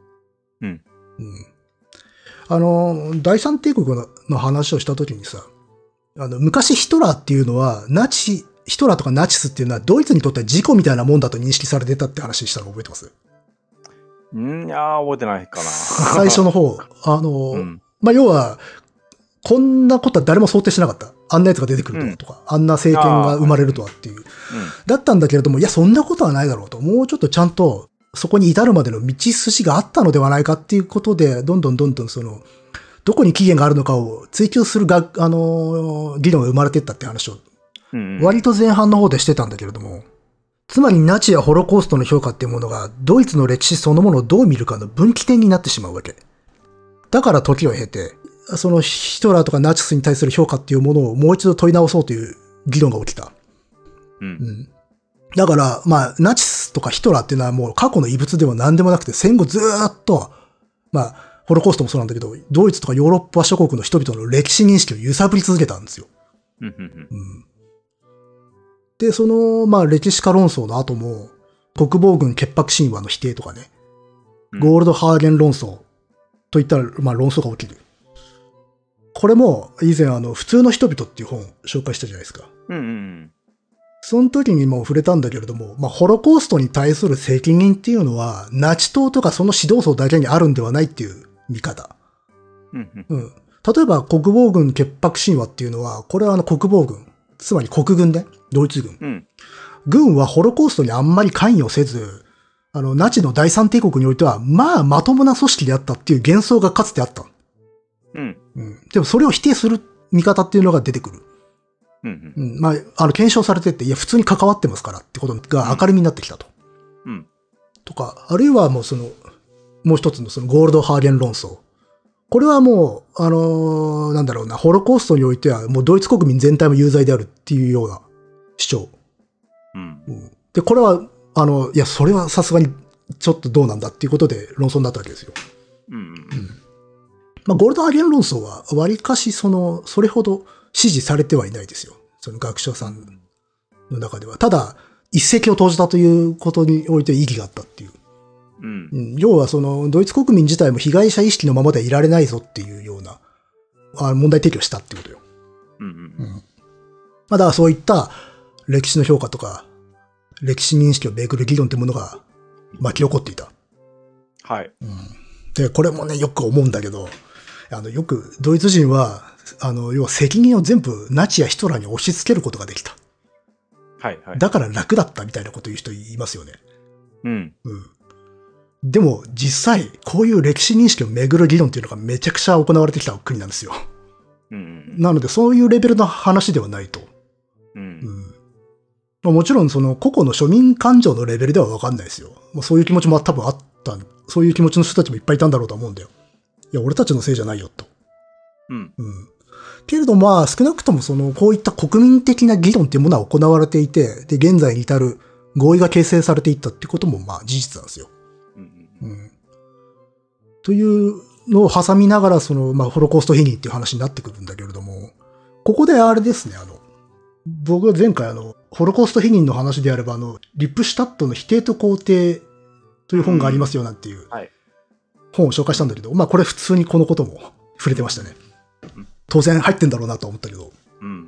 Speaker 2: 第三帝国の話をしたときにさ、昔ヒトラーっていうのは、ヒトラーとかナチスっていうのはドイツにとっては事故みたいなもんだと認識されてたって話したの覚えてます？
Speaker 1: いやー、覚えてないかな。
Speaker 2: 最初の方。まあ、要は、こんなことは誰も想定しなかった。あんな奴が出てくるとか、あんな政権が生まれるとはっていう。だったんだけれども、いや、そんなことはないだろうと。もうちょっとちゃんと、そこに至るまでの道筋があったのではないかっていうことで、どんどんどこに起源があるのかを追求する議論が生まれていったって話を、割と前半の方でしてたんだけれども、つまりナチやホロコーストの評価っていうものが、ドイツの歴史そのものをどう見るかの分岐点になってしまうわけ。だから時を経て、そのヒトラーとかナチスに対する評価っていうものをもう一度問い直そうという議論が起きた。だから、まあ、ナチスとかヒトラーっていうのはもう過去の遺物でも何でもなくて、戦後ずーっと、まあ、ホロコーストもそうなんだけど、ドイツとかヨーロッパ諸国の人々の歴史認識を揺さぶり続けたんですよ。で、その、まあ、歴史家論争の後も、国防軍潔白神話の否定とかね、ゴールドハーゲン論争といった、まあ、論争が起きる。これも、以前普通の人々っていう本を紹介したじゃないですか。その時にも触れたんだけれども、まあ、ホロコーストに対する責任っていうのは、ナチ党とかその指導層だけにあるんではないっていう見方。例えば、国防軍潔白神話っていうのは、これは国防軍、つまり国軍で、ドイツ軍。軍はホロコーストにあんまり関与せず、ナチの第三帝国においては、まあ、まともな組織であったっていう幻想がかつてあった。でも、それを否定する見方っていうのが出てくる。まあ、検証されてって、いや、普通に関わってますからってことが明るみになってきたと。とか、あるいはもうもう一つのゴールドハーゲン論争。 これはもう、なんだろうな、ホロコーストにおいては、もうドイツ国民全体も有罪であるっていうような主張。で、これは、いや、それはさすがにちょっとどうなんだっていうことで論争になったわけですよ。まあ、ゴールデンアゲン論争は、わりかしそれほど支持されてはいないですよ。その学者さんの中では。ただ、一石を投じたということにおいて意義があったっていう。要はドイツ国民自体も被害者意識のままではいられないぞっていうような、問題提起をしたっていうことよ。まあ、だからそういった歴史の評価とか、歴史認識をめぐる議論というものが巻き起こっていた。
Speaker 1: はい。
Speaker 2: で、これもね、よく思うんだけど、よくドイツ人は、要は責任を全部ナチやヒトラーに押し付けることができた。
Speaker 1: はいはい。
Speaker 2: だから楽だったみたいなこと言う人いますよね。でも、実際、こういう歴史認識をめぐる議論っていうのがめちゃくちゃ行われてきた国なんですよ。なので、そういうレベルの話ではないと。もちろん、個々の庶民感情のレベルでは分かんないですよ。そういう気持ちも多分あった。そういう気持ちの人たちもいっぱいいたんだろうと思うんだよ。いや、俺たちのせいじゃないよ、と。けれど、まあ、少なくともこういった国民的な議論っていうものは行われていて、で、現在に至る合意が形成されていったってことも、まあ、事実なんですよ。というのを挟みながら、まあ、ホロコースト否認っていう話になってくるんだけれども、ここであれですね、僕が前回ホロコースト否認の話であれば、リップシュタットの否定と肯定という本がありますよなんていう本を紹介したんだけど、まあ、これ普通にこのことも触れてましたね。当然入ってんだろうなと思ったけど。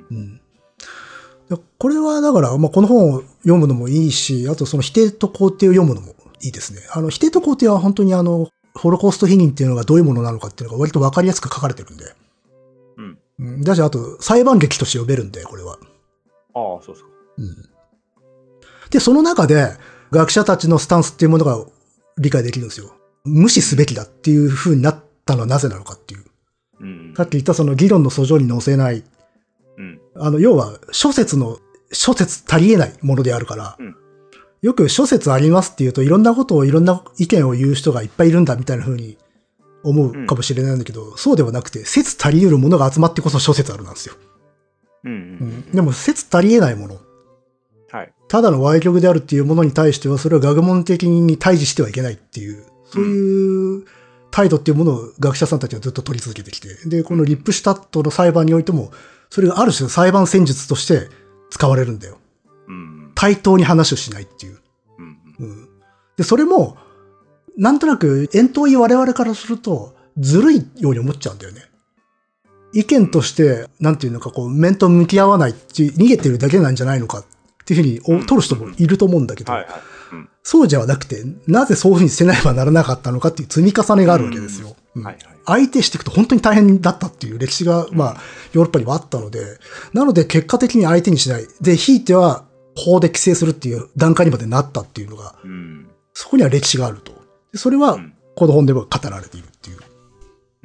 Speaker 2: これはだから、まあ、この本を読むのもいいし、あと否定と肯定を読むのもいいですね。否定と肯定は本当にホロコースト否認っていうのがどういうものなのかっていうのが割とわかりやすく書かれてるんで。だし、あと、裁判劇として読めるんで、これは。
Speaker 1: ああ、そうですか。
Speaker 2: で、その中で、学者たちのスタンスっていうものが理解できるんですよ。無視すべきだっていう風になったのはなぜなのかっていう。さっき言った議論の訴状に載せない。要は、諸説足り得ないものであるから、よく諸説ありますっていうと、いろんなことをいろんな意見を言う人がいっぱいいるんだみたいな風に思うかもしれないんだけど、そうではなくて、説足り得るものが集まってこそ諸説あるなんですよ。でも、説足り得ないもの。ただの歪曲であるっていうものに対しては、それは学問的に対峙してはいけないっていう、そういう態度っていうものを学者さんたちはずっと取り続けてきて、で、このリップシュタットの裁判においても、それがある種裁判戦術として使われるんだよ。対等に話をしないっていう。で、それも、なんとなく、遠遠い我々からすると、ずるいように思っちゃうんだよね。意見として、なんていうのか、面と向き合わないっていう、逃げてるだけなんじゃないのかっていうふうに取る人もいると思うんだけど、そうじゃなくて、なぜそういうふうにせねばならなかったのかっていう積み重ねがあるわけですよ。相手していくと本当に大変だったっていう歴史が、まあ、ヨーロッパにはあったので、なので結果的に相手にしない。で、ひいては法で規制するっていう段階にまでなったっていうのが、そこには歴史があると。でそれは、この本でも語られているっていう。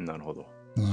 Speaker 1: なるほど。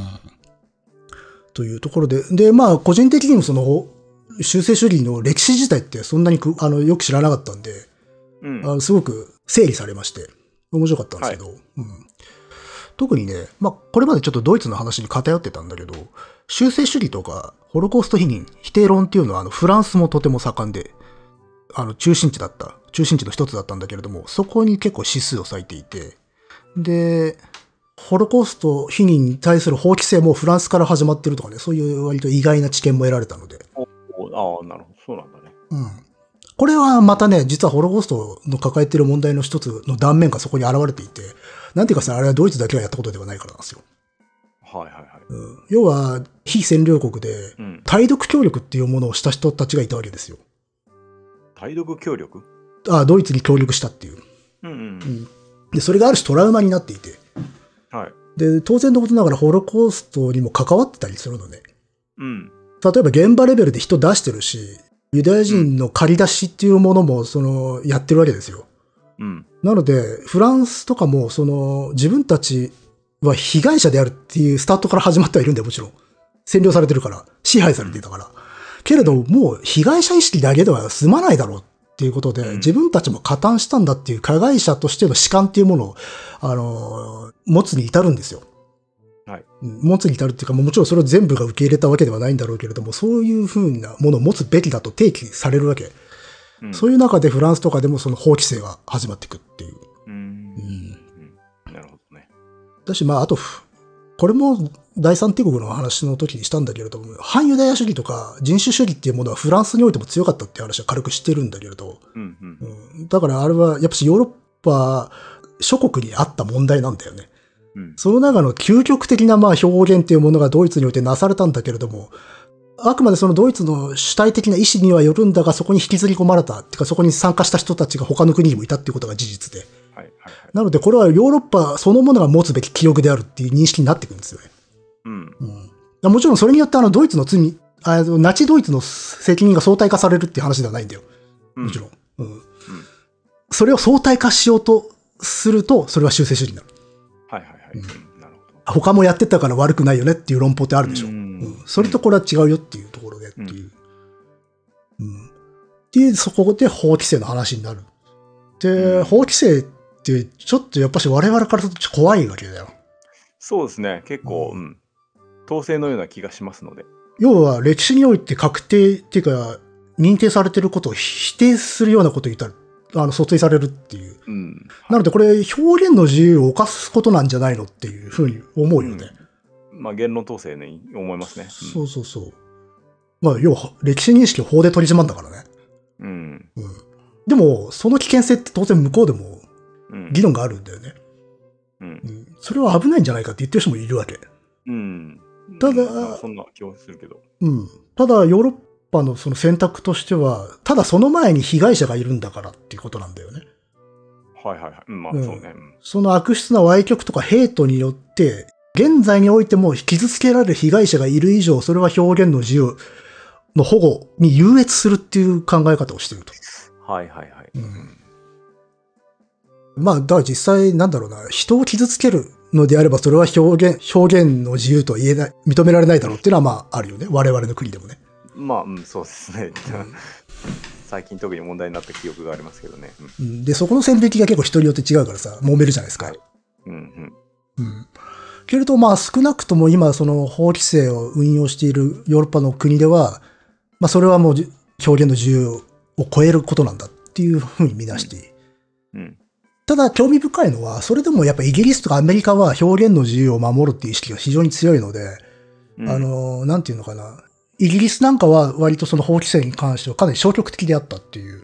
Speaker 2: というところで、で、まあ、個人的にも修正主義の歴史自体ってそんなによく知らなかったんで、すごく整理されまして、面白かったんですけど、特にね、まあ、これまでちょっとドイツの話に偏ってたんだけど、修正主義とか、ホロコースト否認、否定論っていうのは、フランスもとても盛んで、中心地の一つだったんだけれども、そこに結構指数を割いていて、で、ホロコースト否認に対する法規制もフランスから始まってるとかね、そういう割と意外な知見も得られたので。
Speaker 1: ああ、なるほど。そうなんだね。
Speaker 2: これはまたね、実はホロコーストの抱えている問題の一つの断面がそこに現れていて、なんていうかさ、あれはドイツだけがやったことではないからなんですよ。要は、非占領国で、対独協力っていうものをした人たちがいたわけですよ。
Speaker 1: 対独協力？
Speaker 2: ドイツに協力したっていう。で、それがある種トラウマになっていて。で、当然のことながらホロコーストにも関わってたりするのね。例えば現場レベルで人出してるし、ユダヤ人の借り出しっていうものも、やってるわけですよ。なので、フランスとかも、自分たちは被害者であるっていうスタートから始まってはいるんだよ、もちろん。占領されてるから、支配されていたから。けれど、もう被害者意識だけでは済まないだろうっていうことで、自分たちも加担したんだっていう加害者としての主観っていうものを、持つに至るんですよ。
Speaker 1: はい。
Speaker 2: 持つに至るっていうか、もちろんそれを全部が受け入れたわけではないんだろうけれども、そういうふうなものを持つべきだと提起されるわけ。そういう中でフランスとかでもその法規制が始まっていくっていう。
Speaker 1: なるほどね。
Speaker 2: だし、あと、これも第三帝国の話の時にしたんだけれども、反ユダヤ主義とか人種主義っていうものはフランスにおいても強かったっていう話は軽くしてるんだけれど、だからあれはやっぱしヨーロッパ諸国にあった問題なんだよね。その中の究極的な表現っていうものがドイツにおいてなされたんだけれども、あくまでそのドイツの主体的な意思にはよるんだが、そこに引きずり込まれた、っていうかそこに参加した人たちが他の国にもいたっていうことが事実で。なのでこれはヨーロッパそのものが持つべき記憶であるっていう認識になってくるんですよね。もちろんそれによってドイツの罪、ナチドイツの責任が相対化されるっていう話ではないんだよ。もちろん。それを相対化しようとすると、それは修正主義になる。なるほど。他もやってたから悪くないよねっていう論法ってあるでしょ。それとこれは違うよっていうところでっていう。で、そこで法規制の話になる。で、法規制ってちょっとやっぱし我々からすると怖いわけだよ。
Speaker 1: そうですね。結構、統制のような気がしますので。
Speaker 2: 要は歴史において確定っていうか、認定されてることを否定するようなことを言ったら、訴追されるっていう。なのでこれ表現の自由を侵すことなんじゃないのっていうふうに思うよね。
Speaker 1: 言論統制に思いますね。
Speaker 2: そうそうそう。要は歴史認識を法で取り締まんだからね。でも、その危険性って当然向こうでも議論があるんだよね。それは危ないんじゃないかって言ってる人もいるわけ。ただ、
Speaker 1: そんな気はするけど。
Speaker 2: ただ、ヨーロッパのその選択としては、ただその前に被害者がいるんだからっていうことなんだよね。
Speaker 1: そうね。
Speaker 2: その悪質な歪曲とかヘイトによって、現在においても傷つけられる被害者がいる以上、それは表現の自由の保護に優越するっていう考え方をしていると。だから実際なんだろうな、人を傷つけるのであれば、それは表現の自由とは言えない、認められないだろうっていうのはあるよね。我々の国でもね。
Speaker 1: そうですね。最近特に問題になった記憶がありますけどね。
Speaker 2: で、そこの線引きが結構人によって違うからさ、揉めるじゃないですか。けれど少なくとも今その法規制を運用しているヨーロッパの国では、それはもう表現の自由を超えることなんだっていうふうに見なしている。ただ興味深いのは、それでもやっぱイギリスとかアメリカは表現の自由を守るっていう意識が非常に強いので、なんていうのかな。イギリスなんかは割とその法規制に関してはかなり消極的であったっていう。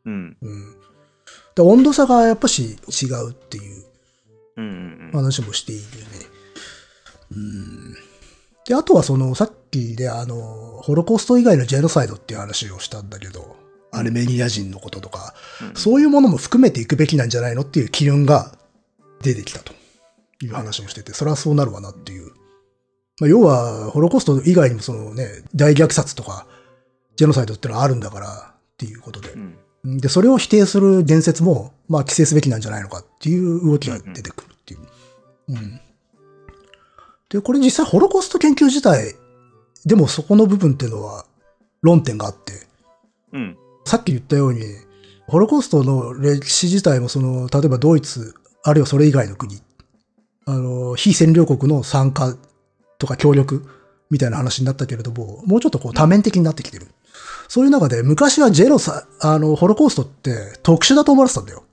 Speaker 2: で温度差がやっぱし違うっていう話もしているね。で、あとはそのさっきでホロコースト以外のジェノサイドっていう話をしたんだけど、アルメニア人のこととか、そういうものも含めていくべきなんじゃないのっていう機運が出てきたという話をしてて、それはそうなるわなっていう。要は、ホロコースト以外にもそのね、大虐殺とか、ジェノサイドってのはあるんだからっていうことで。で、それを否定する言説も、規制すべきなんじゃないのかっていう動きが出てくるっていう。で、これ実際ホロコースト研究自体、でもそこの部分っていうのは論点があって、さっき言ったように、ホロコーストの歴史自体も例えばドイツ、あるいはそれ以外の国、非占領国の参加とか協力みたいな話になったけれども、もうちょっと多面的になってきてる。そういう中で、昔はホロコーストって特殊だと思われてたんだよ。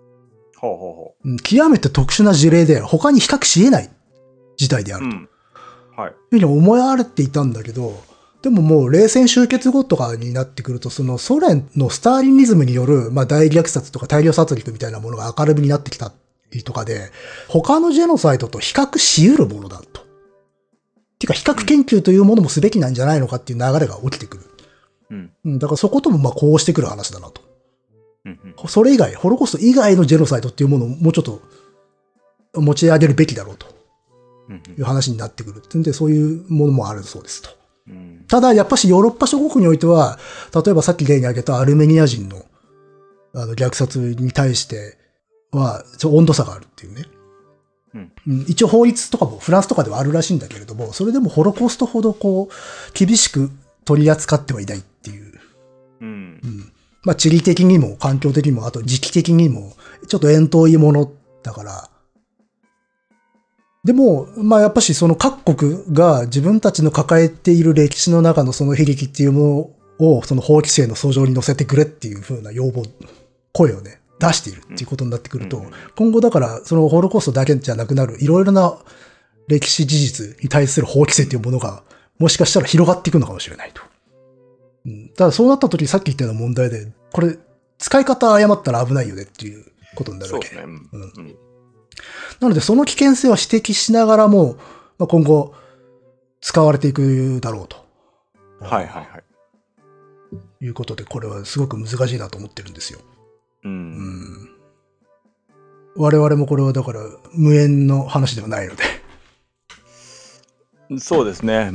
Speaker 2: 極めて特殊な事例で、他に比較し得ない事態であると。いうふうに思われていたんだけど、でももう冷戦終結後とかになってくると、そのソ連のスターリニズムによる、大虐殺とか大量殺戮みたいなものが明るみになってきたりとかで、他のジェノサイドと比較し得るものだと。っていうか、比較研究というものもすべきなんじゃないのかっていう流れが起きてくる。だからそこともこうしてくる話だなと。それ以外、ホロコースト以外のジェノサイドっていうものをもうちょっと持ち上げるべきだろうという話になってくるってんで、そういうものもあるそうですと。ただ、やっぱしヨーロッパ諸国においては、例えばさっき例に挙げたアルメニア人の虐殺に対しては、温度差があるっていうね。一応法律とかもフランスとかではあるらしいんだけれども、それでもホロコーストほど厳しく取り扱ってはいないっていう。地理的にも環境的にも、あと時期的にも、ちょっと遠遠いものだから、 でも、まあやっぱしその各国が自分たちの抱えている歴史の中のその悲劇っていうものをその法規制の訴状に載せてくれっていう風な要望、声をね、出しているっていうことになってくると、今後だからそのホロコーストだけじゃなくなるいろいろな歴史事実に対する法規制っていうものがもしかしたら広がっていくのかもしれないと。ただそうなった時さっき言ったような問題で、これ使い方誤ったら危ないよねっていうことになるわけ。そうですね。なので、その危険性を指摘しながらも、まあ、今後、使われていくだろうと。
Speaker 1: はいはいはい。
Speaker 2: いうことで、これはすごく難しいなと思ってるんですよ。我々もこれはだから、無縁の話ではないの
Speaker 1: で。そうですね。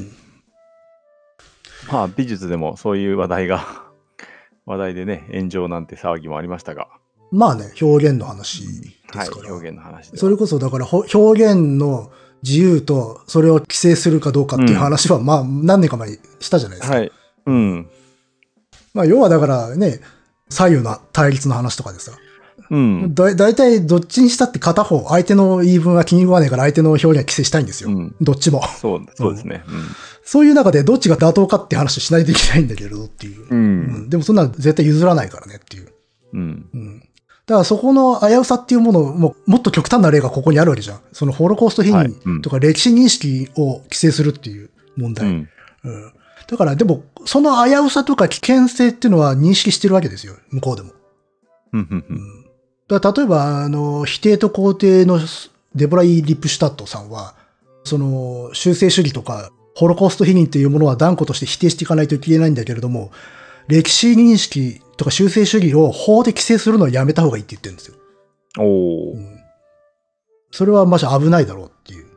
Speaker 1: まあ、美術でもそういう話題でね、炎上なんて騒ぎもありましたが。
Speaker 2: まあね、表現の話ですから。
Speaker 1: はい、表現の話で。
Speaker 2: それこそだから表現の自由とそれを規制するかどうかっていう話は、まあ何年か前にしたじゃないですか。はい。まあ要はだからね、左右の対立の話とかでさ。だいたいどっちにしたって片方、相手の言い分は気に食わないから相手の表現は規制したいんですよ。どっちも。
Speaker 1: そうですね。
Speaker 2: そういう中でどっちが妥当かって話しないといけないんだけどっていう。でもそんなの絶対譲らないからねっていう。だからそこの危うさっていうものをもっと極端な例がここにあるわけじゃん。そのホロコースト否認とか歴史認識を規制するっていう問題。だからでもその危うさとか危険性っていうのは認識してるわけですよ。向こうでも。だから例えば否定と肯定のデボライ・リップシュタットさんは、その修正主義とかホロコースト否認っていうものは断固として否定していかないといけないんだけれども、歴史認識とか修正主義を法で規制するのはやめた方がいいって言ってるんですよ。それはまじ危ないだろうっていう。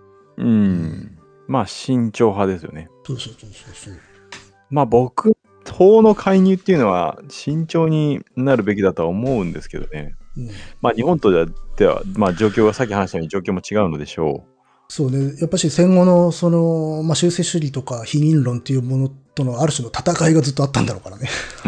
Speaker 1: まあ慎重派ですよね。
Speaker 2: そう。
Speaker 1: まあ法の介入っていうのは慎重になるべきだとは思うんですけどね。まあ日本とでは、まあ状況がさっき話したように状況も違うのでしょう。
Speaker 2: そうね。やっぱし戦後のその、まあ修正主義とか否認論っていうものとのある種の戦いがずっとあったんだろうからね。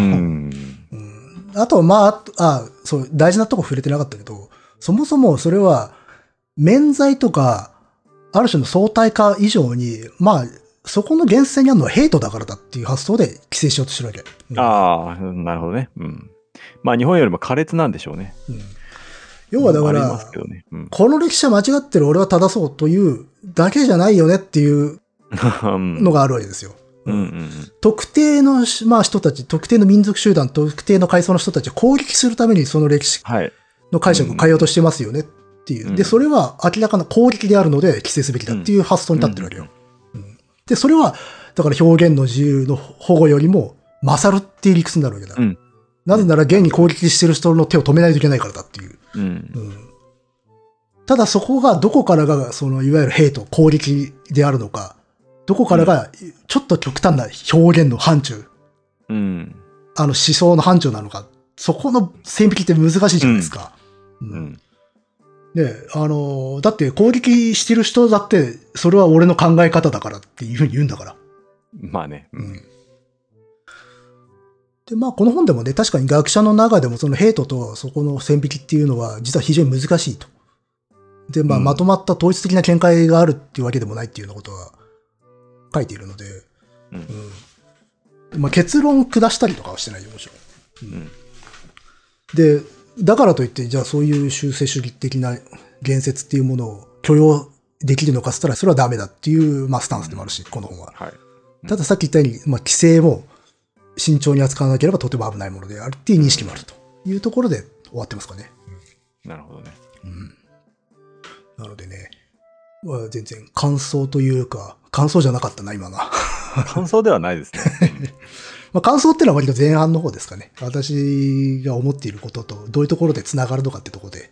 Speaker 2: あとまあ、そう、大事なとこ触れてなかったけど、そもそもそれは、免罪とか、ある種の相対化以上に、まあ、そこの源泉にあるのはヘイトだからだっていう発想で規制しようとしてるわけ。
Speaker 1: なるほどね。まあ日本よりも苛烈なんでしょうね。
Speaker 2: 要はだから、この歴史は間違ってる俺は正そうというだけじゃないよねっていうのがあるわけですよ。特定の、まあ、人たち、特定の民族集団、特定の階層の人たちを攻撃するためにその歴史の解釈を変えようとしてますよねっていう。で、それは明らかな攻撃であるので規制すべきだっていう発想に立ってるわけよ。で、それは、だから表現の自由の保護よりも勝るっていう理屈になるわけだ。なぜなら現に攻撃してる人の手を止めないといけないからだっていう。ただそこがどこからがそのいわゆるヘイト、攻撃であるのか、どこからがちょっと極端な表現の範疇、思想の範疇なのか、そこの線引きって難しいじゃないですか。で、だって攻撃してる人だって、それは俺の考え方だからっていうふうに言うんだから。
Speaker 1: まあね。
Speaker 2: で、まあこの本でもね、確かに学者の中でもそのヘイトとそこの線引きっていうのは実は非常に難しいと。で、まあまとまった統一的な見解があるっていうわけでもないっていうようなことは書いているので、まあ結論下したりとかはしてないよ、もちろん。で、だからといって、じゃあそういう修正主義的な言説っていうものを許容できるのかっつったら、それはダメだっていう、まあスタンスでもあるし、この本は。たださっき言ったように、まあ規制も慎重に扱わなければとても危ないものであるっていう認識もあるというところで終わってますかね。
Speaker 1: なるほどね。
Speaker 2: なのでね、全然感想というか、感想じゃなかったな、今が。
Speaker 1: 感想ではないですね。
Speaker 2: まあ感想っていうのは割と前半の方ですかね。私が思っていることとどういうところで繋がるのかってところで。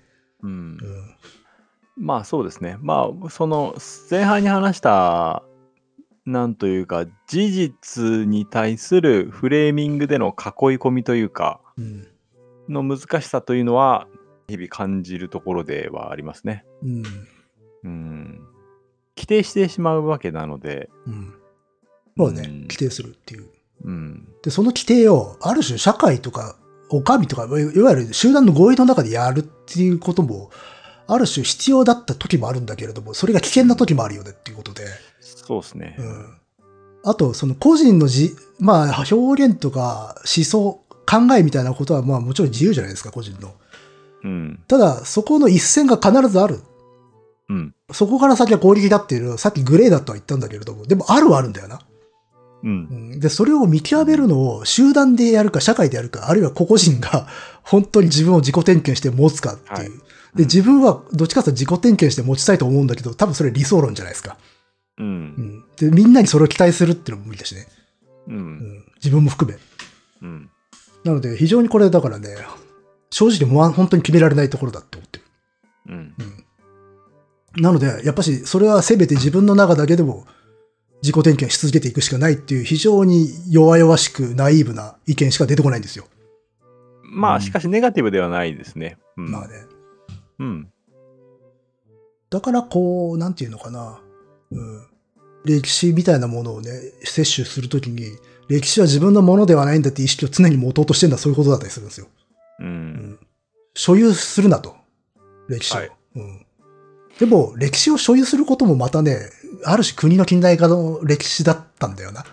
Speaker 1: まあそうですね。まあその前半に話したなんというか事実に対するフレーミングでの囲い込みというか、の難しさというのは日々感じるところではありますね。規定してしまうわけなので。
Speaker 2: まあね、規定するっていう。で、その規定をある種社会とか、お上とか、いわゆる集団の合意の中でやるっていうことも、 ある種必要だった時もあるんだけれども、それが危険な時もあるよねっていうことで。
Speaker 1: そうですね。
Speaker 2: あと、その個人のまあ、表現とか思想、考えみたいなことは、まあもちろん自由じゃないですか、個人の。ただ、そこの一線が必ずある。そこから先は合理的だっていう、さっきグレーだとは言ったんだけれども、でもあるはあるんだよな。で、それを見極めるのを集団でやるか、社会でやるか、あるいは個々人が本当に自分を自己点検して持つかっていう。で、自分はどっちかというと自己点検して持ちたいと思うんだけど、多分それ理想論じゃないですか。で、みんなにそれを期待するっていうのも無理だしね。自分も含め。なので、非常にこれだからね、正直本当に決められないところだって思ってる。なので、やっぱし、それはせめて自分の中だけでも自己点検し続けていくしかないっていう非常に弱々しくナイーブな意見しか出てこないんですよ。
Speaker 1: まあ、しかしネガティブではないですね。
Speaker 2: まあね。だからこう、なんていうのかな。歴史みたいなものをね、摂取するときに、歴史は自分のものではないんだって意識を常に持とうとしてるのはそういうことだったりするんですよ。所有するなと。歴史を。でも、歴史を所有することもまたね、ある種国の近代化の歴史だったんだよな。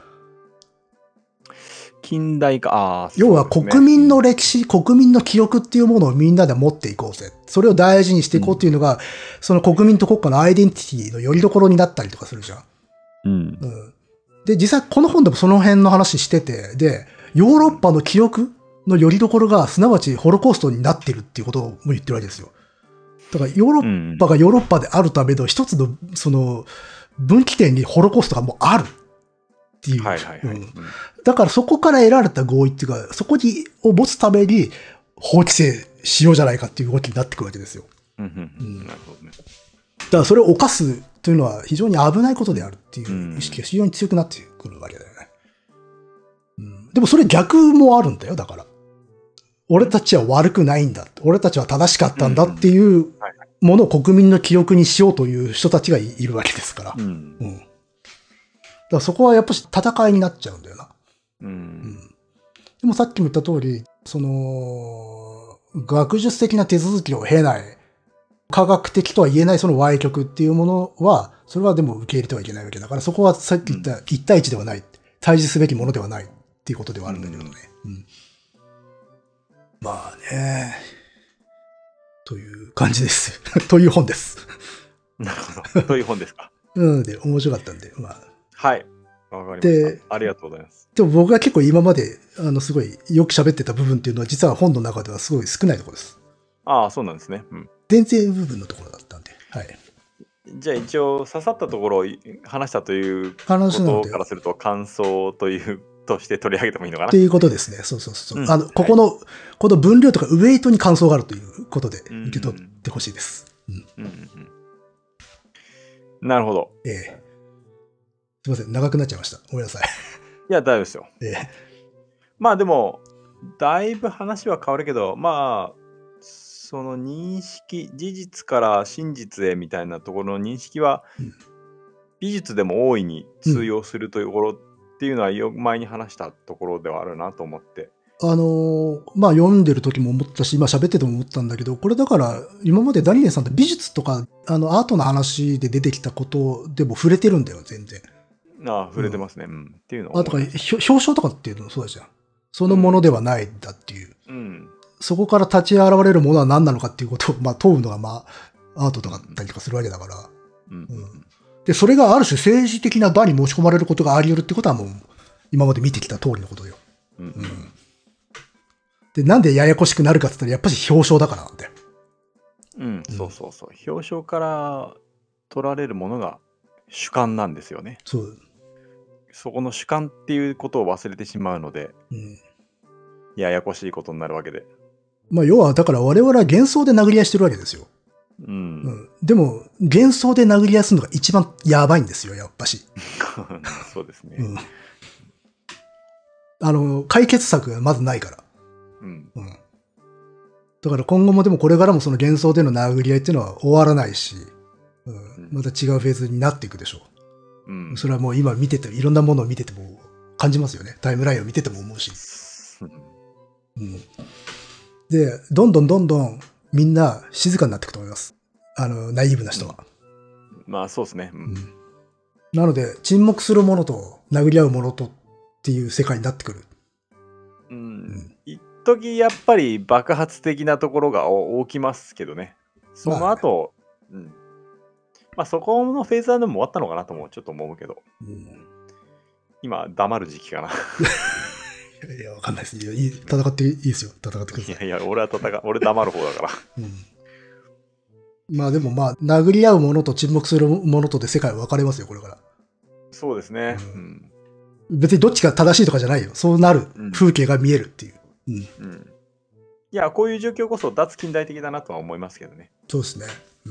Speaker 1: 近代化、
Speaker 2: 要は国民の歴史、国民の記憶っていうものをみんなで持っていこうぜ。それを大事にしていこうっていうのが、その国民と国家のアイデンティティの拠り所になったりとかするじゃん。で、実際この本でもその辺の話してて、で、ヨーロッパの記憶の拠り所が、すなわちホロコーストになってるっていうことも言ってるわけですよ。だからヨーロッパがヨーロッパであるための一つの、その、分岐点にホロコーストがもうあるっていう。だからそこから得られた合意っていうか、そこを持つために法規制しようじゃないかっていう動きになってくるわけですよ。なるほどね。だからそれを犯すというのは非常に危ないことであるっていう意識が非常に強くなってくるわけだよね。でもそれ逆もあるんだよ、だから。俺たちは悪くないんだ。俺たちは正しかったんだっていうものを国民の記憶にしようという人たちがいるわけですから。だからそこはやっぱし戦いになっちゃうんだよな。でもさっきも言った通り、その、学術的な手続きを経ない、科学的とは言えないその歪曲っていうものは、それはでも受け入れてはいけないわけだから、そこはさっき言った一対一ではない、対峙すべきものではないっていうことではあるんだけどね。まあね、という感じです。という本です。
Speaker 1: なるほど。という本ですか。
Speaker 2: で、面白かったんで、まあ。
Speaker 1: はい。わかりました。ありがとうございます。
Speaker 2: でも僕が結構今まで、すごいよく喋ってた部分っていうのは、実は本の中ではすごい少ないところです。
Speaker 1: ああ、そうなんですね。
Speaker 2: 前提部分のところだったんで。はい。
Speaker 1: じゃあ一応、刺さったところを話したということからすると、感想として取り上げてもいいのかな
Speaker 2: っていうことですね。そうそうそう。この分量とかウェイトに感想があるということで受け取ってほしいです。
Speaker 1: なるほど。
Speaker 2: すいません。長くなっちゃいました。ごめんなさい。
Speaker 1: いや、大丈夫ですよ。まあでも、だいぶ話は変わるけど、まあ、その認識、事実から真実へみたいなところの認識は、美術でも大いに通用するというところっていうのは、前に話したところではあるなと思って。
Speaker 2: まあ読んでる時も思ったし、今喋ってても思ったんだけど、これだから、今までダニエルさんって美術とか、アートの話で出てきたことでも触れてるんだよ、全然。
Speaker 1: 触れてますね。っていうの
Speaker 2: とか、表彰とかっていうのもそうだじゃん。そのものではないんだっていう。そこから立ち現れるものは何なのかっていうことを、まあ、問うのが、まあ、アートとかだったりとかするわけだから。で、それがある種政治的な場に持ち込まれることがあり得るってことはもう、今まで見てきた通りのことよ。で、なんでややこしくなるかって言ったら、やっぱり表彰だからなんだよ。
Speaker 1: そうそうそう。表彰から取られるものが主観なんですよね。
Speaker 2: そう。
Speaker 1: そこの主観っていうことを忘れてしまうので、ややこしいことになるわけで。
Speaker 2: まあ、要は、だから我々は幻想で殴り合いしてるわけですよ。でも、幻想で殴り合いするのが一番やばいんですよ、やっぱし。
Speaker 1: そうですね。
Speaker 2: 解決策がまずないから。だから今後もでもこれからもその幻想での殴り合いっていうのは終わらないし、また違うフェーズになっていくでしょう。それはもう今見てて、いろんなものを見てても感じますよね。タイムラインを見てても思うし。で、どんどんみんな静かになっていくと思います。 ナイーブな人は。
Speaker 1: まあそうですね。
Speaker 2: なので、沈黙する者と殴り合う者とっていう世界になってくる。
Speaker 1: 一時やっぱり爆発的なところが起きますけどね。その後、まあそこのフェーズはでも終わったのかなともちょっと思うけど。今、黙る時期かな。
Speaker 2: いや、わかんないです。戦っていいですよ。戦ってください。
Speaker 1: いや、俺黙る方だから。
Speaker 2: まあでも殴り合う者と沈黙する者とで世界は分かれますよ、これから。
Speaker 1: そうですね。
Speaker 2: 別にどっちが正しいとかじゃないよ。そうなる風景が見えるっていう。
Speaker 1: いや、こういう状況こそ脱近代的だなとは思いますけどね。
Speaker 2: そうですね。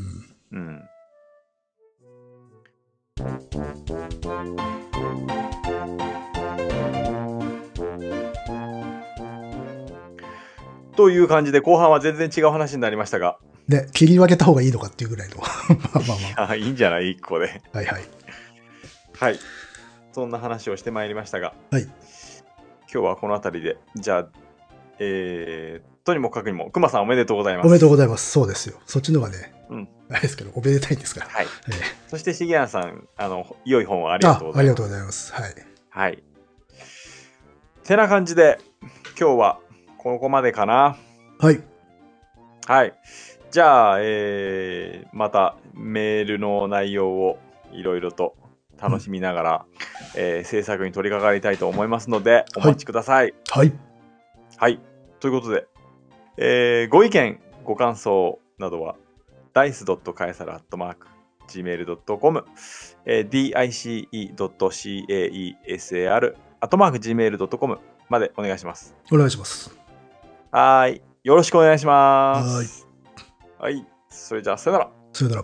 Speaker 1: という感じで後半は全然違う話になりましたが。
Speaker 2: ね、切り分けた方がいいのかっていうぐらいの。
Speaker 1: いいんじゃない一個で。
Speaker 2: はいはい。
Speaker 1: はい。そんな話をしてまいりましたが。
Speaker 2: はい。
Speaker 1: 今日はこの辺りで、じゃあ、とにもかくにも、くまさんおめでとうございます。
Speaker 2: おめでとうございます。そうですよ。そっちのがね、あれですけど、おめでたいんですから。
Speaker 1: はい。そして、しげやんさん、良い本をありがとうございます。
Speaker 2: ありがとうございます。はい。
Speaker 1: はい。てな感じで、今日はここまでかな。
Speaker 2: はい。
Speaker 1: はい。じゃあ、またメールの内容をいろいろと楽しみながら、制作に取り掛かりたいと思いますので、お待ちください。
Speaker 2: はい。
Speaker 1: はい。ということで、ご意見、ご感想などは、dice.caesar@gmail.com、dice.caesar@gmail.com までお願いします。
Speaker 2: お願いします。
Speaker 1: はい。よろしくお願いします。
Speaker 2: はい。
Speaker 1: はい。それじゃあ、さよなら。
Speaker 2: さよなら。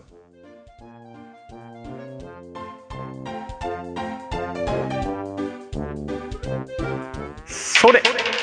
Speaker 1: それ。